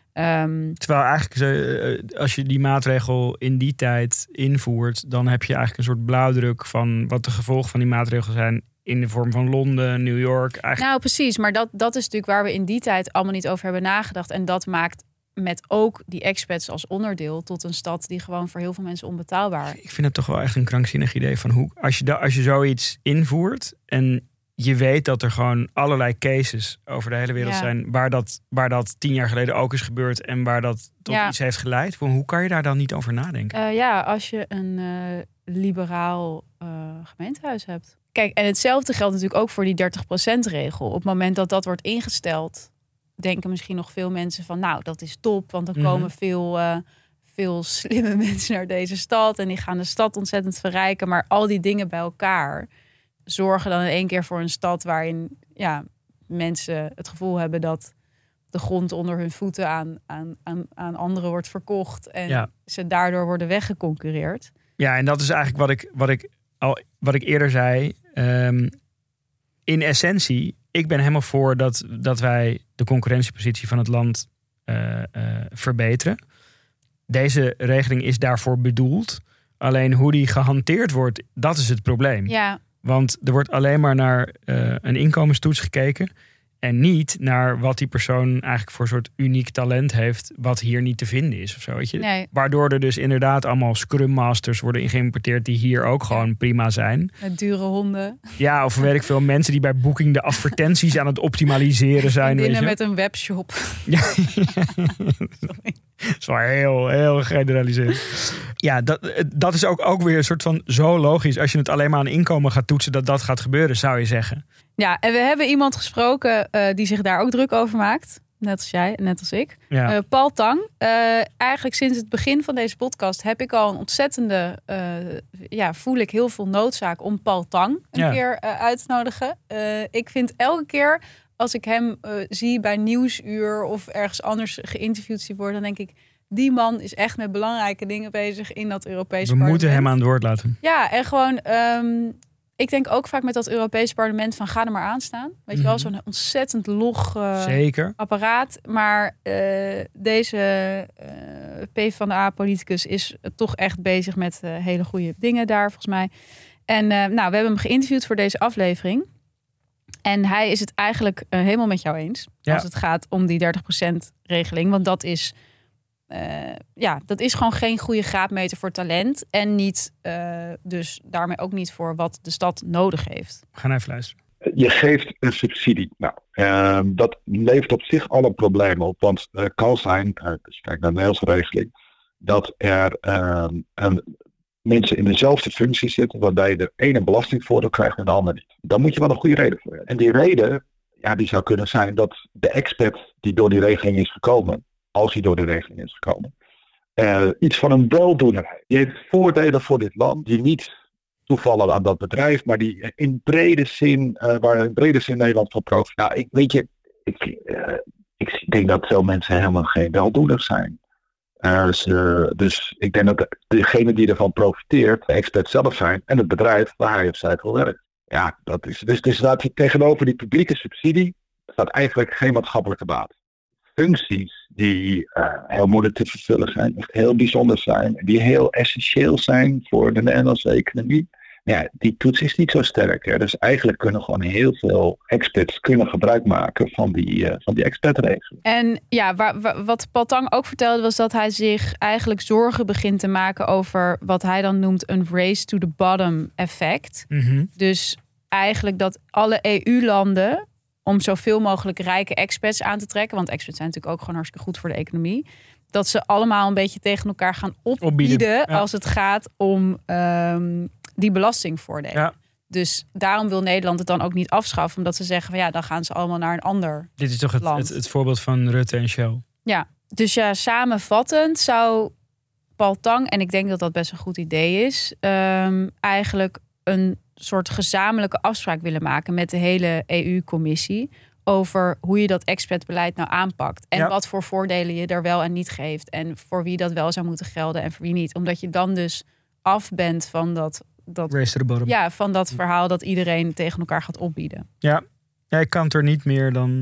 Um, Terwijl eigenlijk, uh, als je die maatregel in die tijd invoert, dan heb je eigenlijk een soort blauwdruk van wat de gevolgen van die maatregel zijn in de vorm van Londen, New York. Eigenlijk... Nou, precies. Maar dat, dat is natuurlijk waar we in die tijd allemaal niet over hebben nagedacht. En dat maakt met ook die expats als onderdeel tot een stad die gewoon voor heel veel mensen onbetaalbaar. Ik vind het toch wel echt een krankzinnig idee van hoe als je, da, als je zoiets invoert en je weet dat er gewoon allerlei cases over de hele wereld ja. zijn waar dat, waar dat tien jaar geleden ook is gebeurd en waar dat tot ja. iets heeft geleid. Hoe kan je daar dan niet over nadenken? Uh, ja, als je een uh, liberaal uh, gemeentehuis hebt. Kijk, en hetzelfde geldt natuurlijk ook voor die dertig procent regel. Op het moment dat dat wordt ingesteld, denken misschien nog veel mensen van, nou, dat is top, want dan mm-hmm. komen veel, uh, veel slimme mensen naar deze stad en die gaan de stad ontzettend verrijken. Maar al die dingen bij elkaar zorgen dan in één keer voor een stad waarin ja, mensen het gevoel hebben dat de grond onder hun voeten aan, aan, aan, aan anderen wordt verkocht en ja. ze daardoor worden weggeconcurreerd. Ja, en dat is eigenlijk wat ik, wat ik, al, wat ik eerder zei. Um, in essentie, ik ben helemaal voor dat, dat wij de concurrentiepositie van het land uh, uh, verbeteren. Deze regeling is daarvoor bedoeld. Alleen hoe die gehanteerd wordt, dat is het probleem. Ja. Want er wordt alleen maar naar uh, een inkomenstoets gekeken en niet naar wat die persoon eigenlijk voor soort uniek talent heeft wat hier niet te vinden is of zo, weet je? Nee. Waardoor er dus inderdaad allemaal Scrum Masters worden geïmporteerd die hier ook gewoon ja. prima zijn. Met dure honden. Ja, of weet ik veel mensen die bij Booking de advertenties aan het optimaliseren zijn. Weet je? Met een webshop. Ja, Sorry. Dat is wel heel, heel generaliseerd. Ja, dat, dat is ook, ook weer een soort van zo logisch. Als je het alleen maar aan inkomen gaat toetsen, dat dat gaat gebeuren, zou je zeggen. Ja, en we hebben iemand gesproken uh, die zich daar ook druk over maakt. Net als jij, net als ik. Ja. Uh, Paul Tang. Uh, eigenlijk sinds het begin van deze podcast heb ik al een ontzettende... Uh, ja, voel ik heel veel noodzaak om Paul Tang een ja. keer uh, uit te nodigen. Uh, ik vind elke keer als ik hem uh, zie bij Nieuwsuur of ergens anders geïnterviewd zie worden, dan denk ik, die man is echt met belangrijke dingen bezig in dat Europese We parlement. We moeten hem aan het woord laten. Ja, en gewoon... Um, ik denk ook vaak met dat Europese parlement van ga er maar aan staan. Weet mm-hmm. je wel, zo'n ontzettend log uh, Zeker. apparaat. Maar uh, deze uh, PvdA-politicus is toch echt bezig met uh, hele goede dingen daar volgens mij. En uh, nou, we hebben hem geïnterviewd voor deze aflevering. En hij is het eigenlijk uh, helemaal met jou eens. Ja. Als het gaat om die dertig procent regeling. Want dat is... Uh, ja, dat is gewoon geen goede graadmeter voor talent. En niet, uh, dus daarmee ook niet voor wat de stad nodig heeft. We gaan even luisteren. Je geeft een subsidie. Nou, uh, dat levert op zich al een probleem op. Want het uh, kan zijn, uh, als je kijkt naar de Nederlandse regeling, dat er uh, een, mensen in dezelfde functie zitten, waarbij je de ene belastingvoordeel krijgt en de ander niet. Dan moet je wel een goede reden voor hebben. En die reden, ja, die zou kunnen zijn dat de expert die door die regeling is gekomen, als hij door de regeling is gekomen, uh, iets van een weldoener heeft. Die heeft voordelen voor dit land, die niet toevallen aan dat bedrijf, maar die in brede zin, uh, waar in brede zin Nederland van profiteert. Nou, ik weet je, ik, uh, ik denk dat veel mensen helemaal geen weldoeners zijn. Uh, dus, uh, dus ik denk dat degene die ervan profiteert, de expert zelf zijn en het bedrijf waar hij of zij voor werkt. Ja, dat is, dus, dus dat tegenover die publieke subsidie staat eigenlijk geen maatschappelijke baat. Functies die uh, heel moeilijk te vervullen zijn, echt heel bijzonder zijn, die heel essentieel zijn voor de Nederlandse economie. Ja, die toets is niet zo sterk. Hè. Dus eigenlijk kunnen gewoon heel veel experts kunnen gebruik maken van die, uh, van die expertregeling. En ja, waar, waar, wat Paul Tang ook vertelde was dat hij zich eigenlijk zorgen begint te maken over wat hij dan noemt een race to the bottom effect. Mm-hmm. Dus eigenlijk dat alle E U-landen om zoveel mogelijk rijke experts aan te trekken, want experts zijn natuurlijk ook gewoon hartstikke goed voor de economie, dat ze allemaal een beetje tegen elkaar gaan opbieden, opbieden ja. als het gaat om um, die belastingvoordelen. Ja. Dus daarom wil Nederland het dan ook niet afschaffen, omdat ze zeggen van ja, dan gaan ze allemaal naar een ander Dit is toch het, het, het voorbeeld van Rutte en Shell? Ja, dus ja, samenvattend zou Paul Tang, en ik denk dat dat best een goed idee is, um, eigenlijk een soort gezamenlijke afspraak willen maken met de hele E U-commissie over hoe je dat expertbeleid nou aanpakt. En ja. wat voor voordelen je er wel en niet geeft. En voor wie dat wel zou moeten gelden en voor wie niet. Omdat je dan dus af bent van dat, dat, race to the bottom. Ja, van dat verhaal dat iedereen tegen elkaar gaat opbieden. Ja. ja, ik kan het er niet meer dan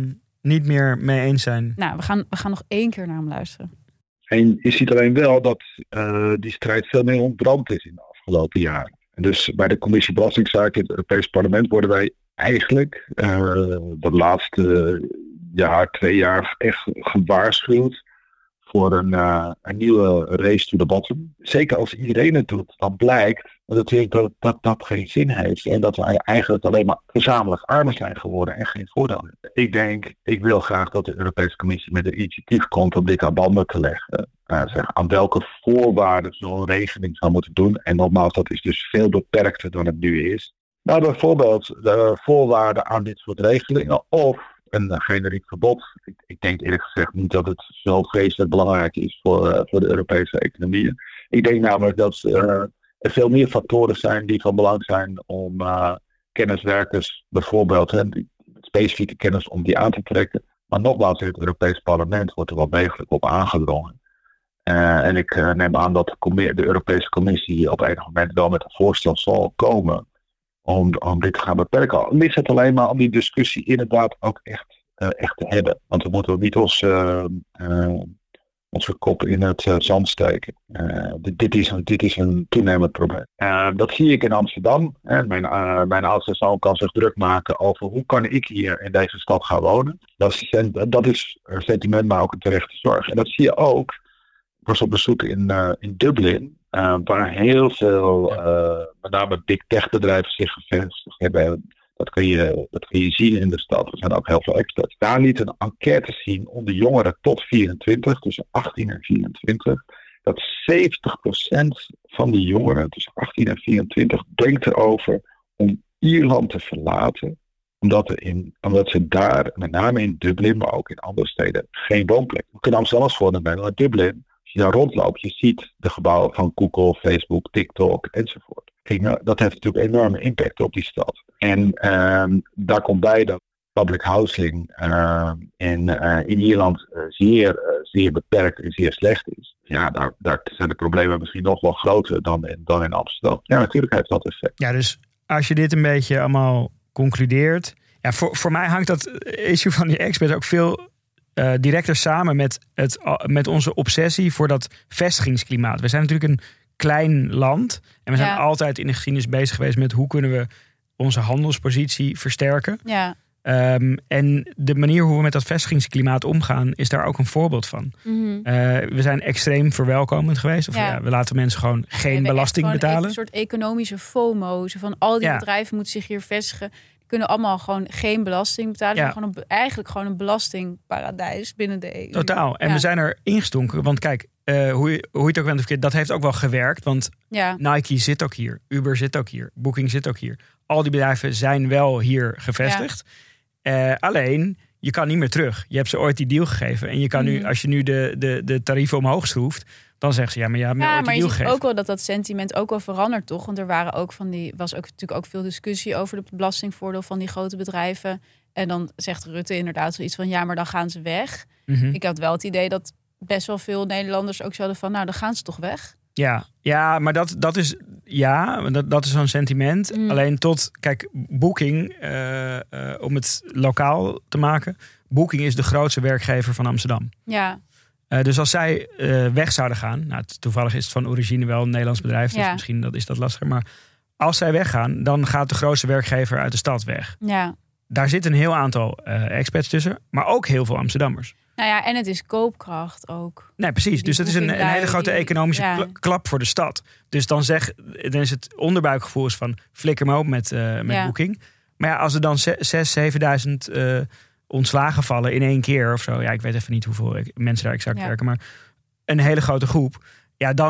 niet meer mee eens zijn. Nou, we gaan, we gaan nog één keer naar hem luisteren. En je ziet alleen wel dat uh, die strijd veel meer ontbrand is in de afgelopen jaren. En dus bij de Commissie Belastingzaken in het Europees Parlement worden wij eigenlijk uh, de laatste jaar, twee jaar echt gewaarschuwd voor een, uh, een nieuwe race to the bottom. Zeker als iedereen het doet, dan blijkt dat het, dat, dat dat geen zin heeft. En dat wij eigenlijk alleen maar gezamenlijk armer zijn geworden en geen voordeel hebben. Ik denk, ik wil graag dat de Europese Commissie met een initiatief komt om dit aan banden te leggen. Uh, zeg, aan welke voorwaarden zo'n regeling zou moeten doen. En nogmaals, dat is dus veel beperkter dan het nu is. Nou, bijvoorbeeld de voorwaarden aan dit soort regelingen of een generiek verbod. Ik, ik denk eerlijk gezegd niet dat het zo vreselijk belangrijk is voor, uh, voor de Europese economieën. Ik denk namelijk dat uh, er veel meer factoren zijn die van belang zijn om uh, kenniswerkers bijvoorbeeld, hè, die specifieke kennis om die aan te trekken. Maar nogmaals, in het Europees Parlement wordt er wel degelijk op aangedrongen. Uh, en ik uh, neem aan dat de, com- de Europese Commissie op enig moment wel met een voorstel zal komen om, om dit te gaan beperken. Mis het alleen maar om die discussie inderdaad ook echt, uh, echt te hebben. Want we moeten niet ons, uh, uh, onze kop in het uh, zand steken. Uh, dit, dit, is een, dit is een toenemend probleem. Uh, dat zie ik in Amsterdam. Hè. Mijn, uh, mijn oudste zoon kan zich druk maken over hoe kan ik hier in deze stad gaan wonen. Dat is, dat is een sentiment, maar ook een terechte zorg. En dat zie je ook. Ik was op bezoek in, uh, in Dublin. Uh, waar heel veel, uh, met name big tech bedrijven zich gevestigd hebben. Dat kun, je, dat kun je zien in de stad. Er zijn ook heel veel experts. Daar liet een enquête zien onder jongeren tot vierentwintig, tussen achttien en vierentwintig. Dat zeventig procent van die jongeren tussen achttien en vierentwintig denkt erover om Ierland te verlaten. Omdat, er in, omdat ze daar, met name in Dublin, maar ook in andere steden, geen woonplek. We kunnen Amsterdam als voorbeeld nemen, maar Dublin. Als je daar rondloopt, je ziet de gebouwen van Google, Facebook, TikTok enzovoort. Kijk, nou, dat heeft natuurlijk een enorme impact op die stad. En uh, daar komt bij dat public housing uh, in, uh, in Ierland uh, zeer, uh, zeer beperkt en zeer slecht is. Ja, daar, daar zijn de problemen misschien nog wel groter dan in, dan in Amsterdam. Ja, natuurlijk heeft dat effect. Ja, dus als je dit een beetje allemaal concludeert. Ja, voor, voor mij hangt dat issue van die experts ook veel Uh, directer samen met, het, met onze obsessie voor dat vestigingsklimaat. We zijn natuurlijk een klein land. En we zijn ja. altijd in de geschiedenis bezig geweest met hoe kunnen we onze handelspositie versterken. Ja. Um, en de manier hoe we met dat vestigingsklimaat omgaan is daar ook een voorbeeld van. Mm-hmm. Uh, we zijn extreem verwelkomend geweest. Of ja. Ja, we laten mensen gewoon geen we belasting gewoon betalen. Een soort economische FOMO. Zo van al die ja. bedrijven moeten zich hier vestigen. Kunnen allemaal gewoon geen belasting betalen. Ja. Gewoon een, eigenlijk gewoon een belastingparadijs binnen de E U. Totaal. En ja. we zijn er ingestonken. Want kijk, uh, hoe, je, hoe je het ook bent of verkeerd, dat heeft ook wel gewerkt. Want ja. Nike zit ook hier. Uber zit ook hier. Booking zit ook hier. Al die bedrijven zijn wel hier gevestigd. Ja. Uh, alleen, je kan niet meer terug. Je hebt ze ooit die deal gegeven. En je kan mm. nu, als je nu de, de, de tarieven omhoog schroeft, dan zeggen ze, ja, maar je hebt me ja, ooit die maar deal je ziet gegeven. ook wel dat dat sentiment ook wel verandert, toch? Want er waren ook van die, was ook natuurlijk ook veel discussie over het belastingvoordeel van die grote bedrijven. En dan zegt Rutte inderdaad zoiets van, ja, maar dan gaan ze weg. Mm-hmm. Ik had wel het idee dat best wel veel Nederlanders ook zouden van, nou, dan gaan ze toch weg? Ja, ja, maar dat, dat is ja, dat, dat is zo'n sentiment. Mm. Alleen tot, kijk, Booking, uh, uh, om het lokaal te maken. Booking is de grootste werkgever van Amsterdam. Ja. Uh, dus als zij uh, weg zouden gaan, nou, toevallig is het van origine wel een Nederlands bedrijf, dus ja. misschien dat is dat lastiger. Maar als zij weggaan, dan gaat de grootste werkgever uit de stad weg. Ja. Daar zit een heel aantal uh, expats tussen, maar ook heel veel Amsterdammers. Nou ja, en het is koopkracht ook. Nee, precies. Dus dat is een, een hele grote economische ja. klap voor de stad. Dus dan, zeg, dan is het onderbuikgevoel is van flikker me op met, uh, met ja. Booking. Maar ja, als er dan zes, zevenduizend uh, ontslagen vallen in één keer of zo. Ja, ik weet even niet hoeveel mensen daar exact ja. werken. Maar een hele grote groep. Ja, dan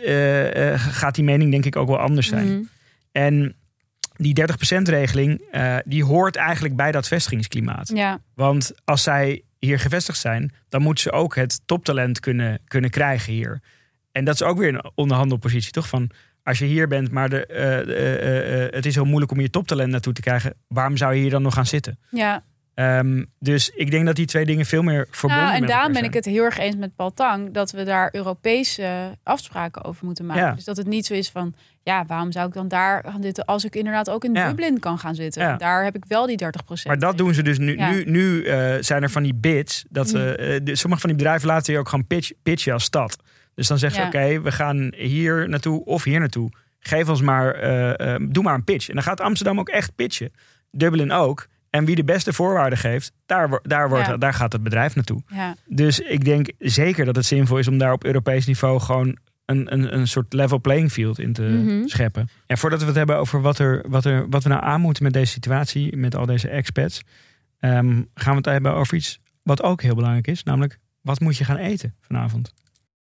uh, uh, gaat die mening denk ik ook wel anders zijn. Mm-hmm. En die dertig procent regeling, uh, die hoort eigenlijk bij dat vestigingsklimaat. Ja. Want als zij hier gevestigd zijn, dan moeten ze ook het toptalent kunnen, kunnen krijgen hier. En dat is ook weer een onderhandelpositie, toch? Van als je hier bent, maar de, uh, uh, uh, het is heel moeilijk om je toptalent naartoe te krijgen, waarom zou je hier dan nog gaan zitten? Ja. Um, dus ik denk dat die twee dingen veel meer verbonden nou, en met daarom elkaar ben zijn. ik het heel erg eens met Paul Tang dat we daar Europese afspraken over moeten maken. Ja. Dus dat het niet zo is van, ja, waarom zou ik dan daar gaan zitten als ik inderdaad ook in Ja. Dublin kan gaan zitten? Ja. En daar heb ik wel die dertig procent. Maar dat doen ze dus nu. Ja. Nu, nu uh, zijn er van die bids. Dat ze, uh, de, sommige van die bedrijven laten je ook gewoon pitch, pitchen als stad. Dus dan zeggen Ja. ze, oké, okay, we gaan hier naartoe of hier naartoe. Geef ons maar, uh, uh, doe maar een pitch. En dan gaat Amsterdam ook echt pitchen. Dublin ook. En wie de beste voorwaarden geeft, daar, daar, wordt, Ja. daar gaat het bedrijf naartoe. Ja. Dus ik denk zeker dat het zinvol is om daar op Europees niveau gewoon een, een, een soort level playing field in te Mhm. scheppen. En voordat we het hebben over wat, er, wat, er, wat we nou aan moeten met deze situatie, met al deze expats, um, gaan we het hebben over iets wat ook heel belangrijk is. Namelijk, wat moet je gaan eten vanavond?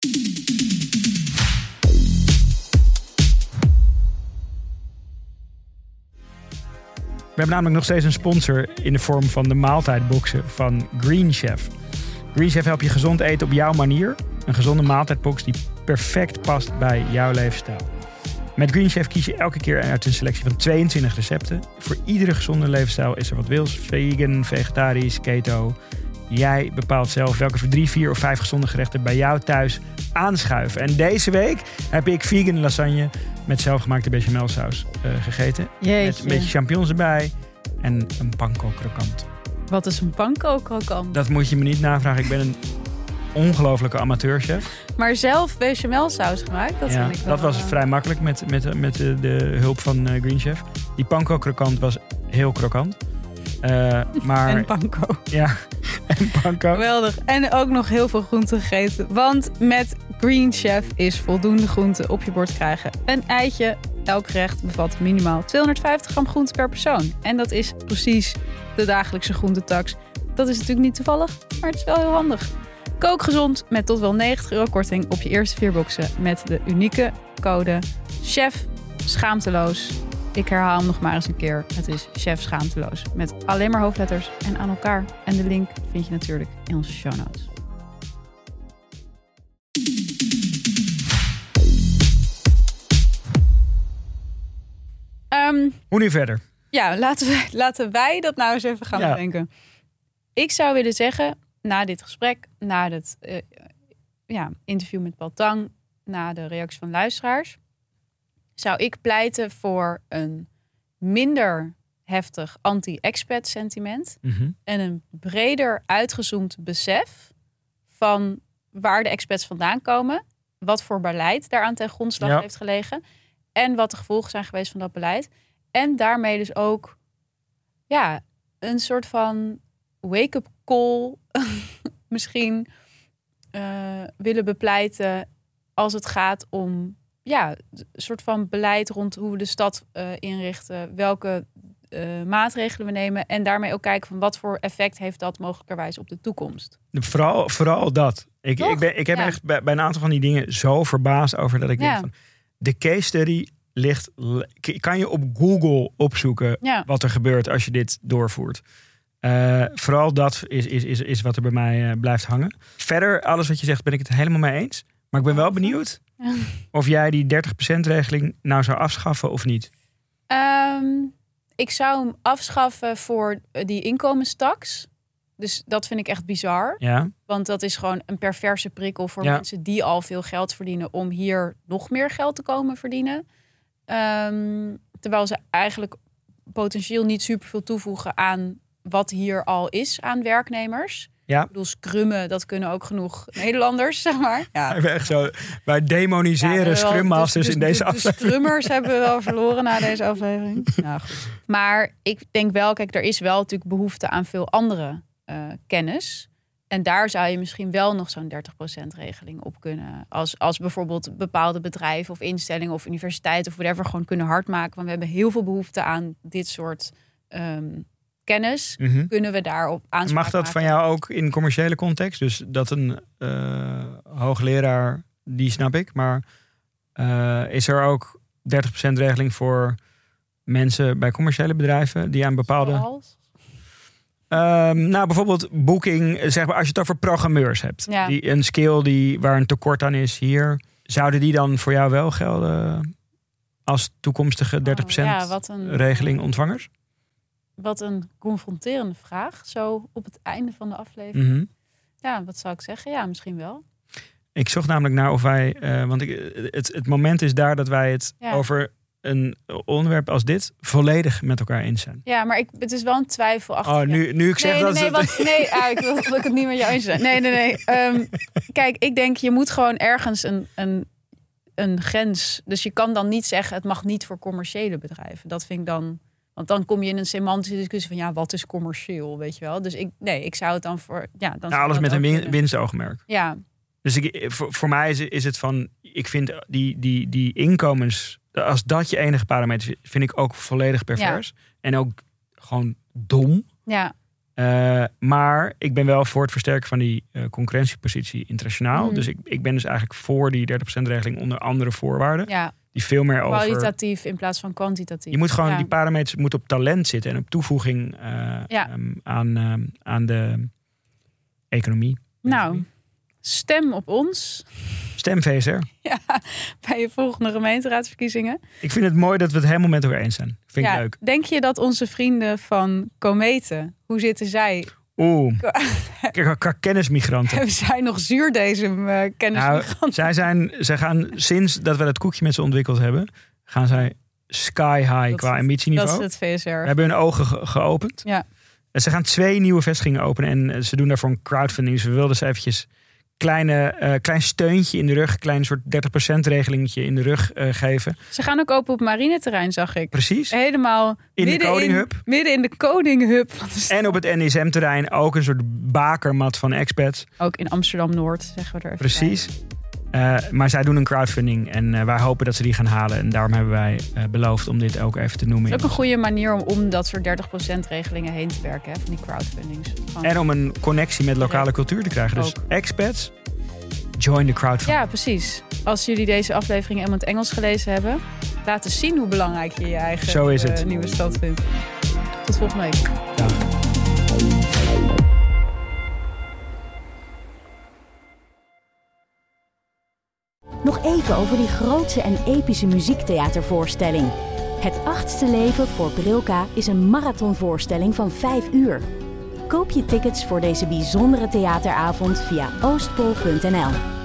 We hebben namelijk nog steeds een sponsor in de vorm van de maaltijdboxen van Green Chef. Green Chef helpt je gezond eten op jouw manier. Een gezonde maaltijdbox die perfect past bij jouw levensstijl. Met Green Chef kies je elke keer uit een selectie van tweeëntwintig recepten. Voor iedere gezonde levensstijl is er wat wils. Vegan, vegetarisch, keto. Jij bepaalt zelf welke voor drie, vier of vijf gezonde gerechten bij jou thuis aanschuiven. En deze week heb ik vegan lasagne met zelfgemaakte bechamelsaus uh, gegeten. Jeetje. Met een beetje champignons erbij en een panko krokant. Wat is een panko krokant? Dat moet je me niet navragen. Ik ben een ongelofelijke amateurchef. Maar zelf bechamelsaus gemaakt? Dat, ja, vind ik wel, dat was uh... vrij makkelijk met, met, met de, de hulp van uh, Green Chef. Die panko krokant was heel krokant. Uh, maar, en panko. Ja, en panko. Geweldig. En ook nog heel veel groenten gegeten. Want met Green Chef is voldoende groenten op je bord krijgen. Een eitje. Elk gerecht bevat minimaal tweehonderdvijftig gram groente per persoon. En dat is precies de dagelijkse groentetax. Dat is natuurlijk niet toevallig, maar het is wel heel handig. Kook gezond met tot wel negentig euro korting op je eerste vier boxen met de unieke code Chef Schaamteloos. Ik herhaal hem nog maar eens een keer. Het is Chef Schaamteloos. Met alleen maar hoofdletters en aan elkaar. En de link vind je natuurlijk in onze show notes. Um, Hoe nu verder? Ja, laten, we, laten wij dat nou eens even gaan ja. bedenken. Ik zou willen zeggen, na dit gesprek, na het uh, ja, interview met Paul Tang, na de reacties van luisteraars, zou ik pleiten voor een minder heftig anti-expat sentiment Mm-hmm. en een breder uitgezoomd besef van waar de expats vandaan komen, wat voor beleid daaraan ten grondslag ja. heeft gelegen en wat de gevolgen zijn geweest van dat beleid. En daarmee dus ook ja, een soort van wake-up call misschien uh, willen bepleiten als het gaat om ja, een soort van beleid rond hoe we de stad uh, inrichten, welke uh, maatregelen we nemen en daarmee ook kijken van wat voor effect heeft dat mogelijkerwijs op de toekomst. Vooral, vooral dat. Ik, ik, ben, ik heb ja. echt bij, bij een aantal van die dingen zo verbaasd over dat ik ja. denk van de case study ligt, kan je op Google opzoeken ja. wat er gebeurt als je dit doorvoert. Uh, vooral dat is, is, is, is wat er bij mij uh, blijft hangen. Verder, alles wat je zegt, ben ik het helemaal mee eens. Maar ik ben wel benieuwd ja. of jij die dertig procent regeling nou zou afschaffen of niet. Um, ik zou hem afschaffen voor die inkomenstax. Dus dat vind ik echt bizar. Ja. Want dat is gewoon een perverse prikkel voor ja. mensen die al veel geld verdienen om hier nog meer geld te komen verdienen. Um, terwijl ze eigenlijk potentieel niet superveel toevoegen aan wat hier al is aan werknemers. Ja. Ik bedoel, scrummen, dat kunnen ook genoeg Nederlanders, zeg maar. Ja. Echt zo, wij demoniseren ja, Scrum Masters dus, in dus, deze de, aflevering. De scrummers hebben we wel verloren na deze aflevering. Nou, goed. Maar ik denk wel, kijk, er is wel natuurlijk behoefte aan veel andere uh, kennis. En daar zou je misschien wel nog zo'n dertig procent regeling op kunnen. Als, als bijvoorbeeld bepaalde bedrijven of instellingen of universiteiten of whatever gewoon kunnen hardmaken. Want we hebben heel veel behoefte aan dit soort um, kennis. Mm-hmm. Kunnen we daarop aanspraak Mag dat maken. van jou ook in commerciële context? Dus dat een uh, hoogleraar, die snap ik. Maar uh, is er ook dertig procent regeling voor mensen bij commerciële bedrijven die aan bepaalde... Zoals? Um, nou, bijvoorbeeld Booking, zeg maar, als je het over programmeurs hebt. Ja. Die, een skill die, waar een tekort aan is hier. Zouden die dan voor jou wel gelden als toekomstige dertig procent oh, ja, wat een, regeling ontvangers? wat een confronterende vraag. Zo op het einde van de aflevering. Mm-hmm. Ja, wat zou ik zeggen? Ja, misschien wel. Ik zocht namelijk naar of wij... Uh, want ik, het, het moment is daar dat wij het ja. over een onderwerp als dit volledig met elkaar eens zijn. Ja, maar ik, het is wel een twijfelachtig. Oh, nu, nu ik zeg nee, dat... Nee, nee, want, nee ah, ik wil dat ik het niet met jou eens ben. Nee, nee, nee. Um, kijk, ik denk, je moet gewoon ergens een, een, een grens... Dus je kan dan niet zeggen, het mag niet voor commerciële bedrijven. Dat vind ik dan... Want dan kom je in een semantische discussie van... ja, wat is commercieel, weet je wel? Dus ik, nee, ik zou het dan voor... Ja, dan nou, alles met een win, winstoogmerk. Ja. Dus ik, voor, voor mij is, is het van... Ik vind die, die, die inkomens... Als dat je enige parameter is, vind ik ook volledig pervers. Ja. En ook gewoon dom. Ja. Uh, maar ik ben wel voor het versterken van die uh, concurrentiepositie internationaal. Mm. Dus ik, ik ben dus eigenlijk voor die dertig procent regeling onder andere voorwaarden. Ja. Die veel meer over... Kwalitatief in plaats van kwantitatief. Je moet gewoon, ja. die parameters moeten op talent zitten en op toevoeging uh, ja. um, aan, um, aan de economie. Nou, stem op ons. Stem V S R. Ja, bij je volgende gemeenteraadsverkiezingen. Ik vind het mooi dat we het helemaal met elkaar eens zijn. Vind ja, ik leuk. Denk je dat onze vrienden van Cometen, hoe zitten zij? Oeh, qua kennismigranten. Hebben zij nog zuur deze uh, kennismigranten? Nou, zij, zijn, zij gaan, sinds dat we dat koekje met ze ontwikkeld hebben, gaan zij sky high dat qua ambitieniveau. Dat is het V S R. We hebben hun ogen ge- geopend. Ja. En ze gaan twee nieuwe vestigingen openen en ze doen daarvoor een crowdfunding. Dus we wilden ze eventjes kleine, uh, klein steuntje in de rug, klein soort dertig procent regelingetje in de rug uh, geven. Ze gaan ook open op marineterrein, zag ik. Precies. Helemaal in midden de Coding Hub. In, midden in de Coding Hub. Van de en op het N S M-terrein ook een soort bakermat van expats. Ook in Amsterdam-Noord, zeggen we er even Precies. Uh, maar zij doen een crowdfunding en uh, wij hopen dat ze die gaan halen. En daarom hebben wij uh, beloofd om dit ook even te noemen. Het is ook een goede manier om om dat soort dertig procent regelingen heen te werken, hè, van die crowdfundings. Van en om een connectie met lokale cultuur te krijgen. Dus ook. Expats, join the crowdfunding. Ja, precies. Als jullie deze aflevering helemaal in het Engels gelezen hebben, laat eens zien hoe belangrijk je je eigen Zo is het. Uh, nieuwe stad vindt. Tot volgende week. Dag. Nog even over die grootse en epische muziektheatervoorstelling. Het achtste leven voor Brilka is een marathonvoorstelling van vijf uur. Koop je tickets voor deze bijzondere theateravond via oostpol punt n l.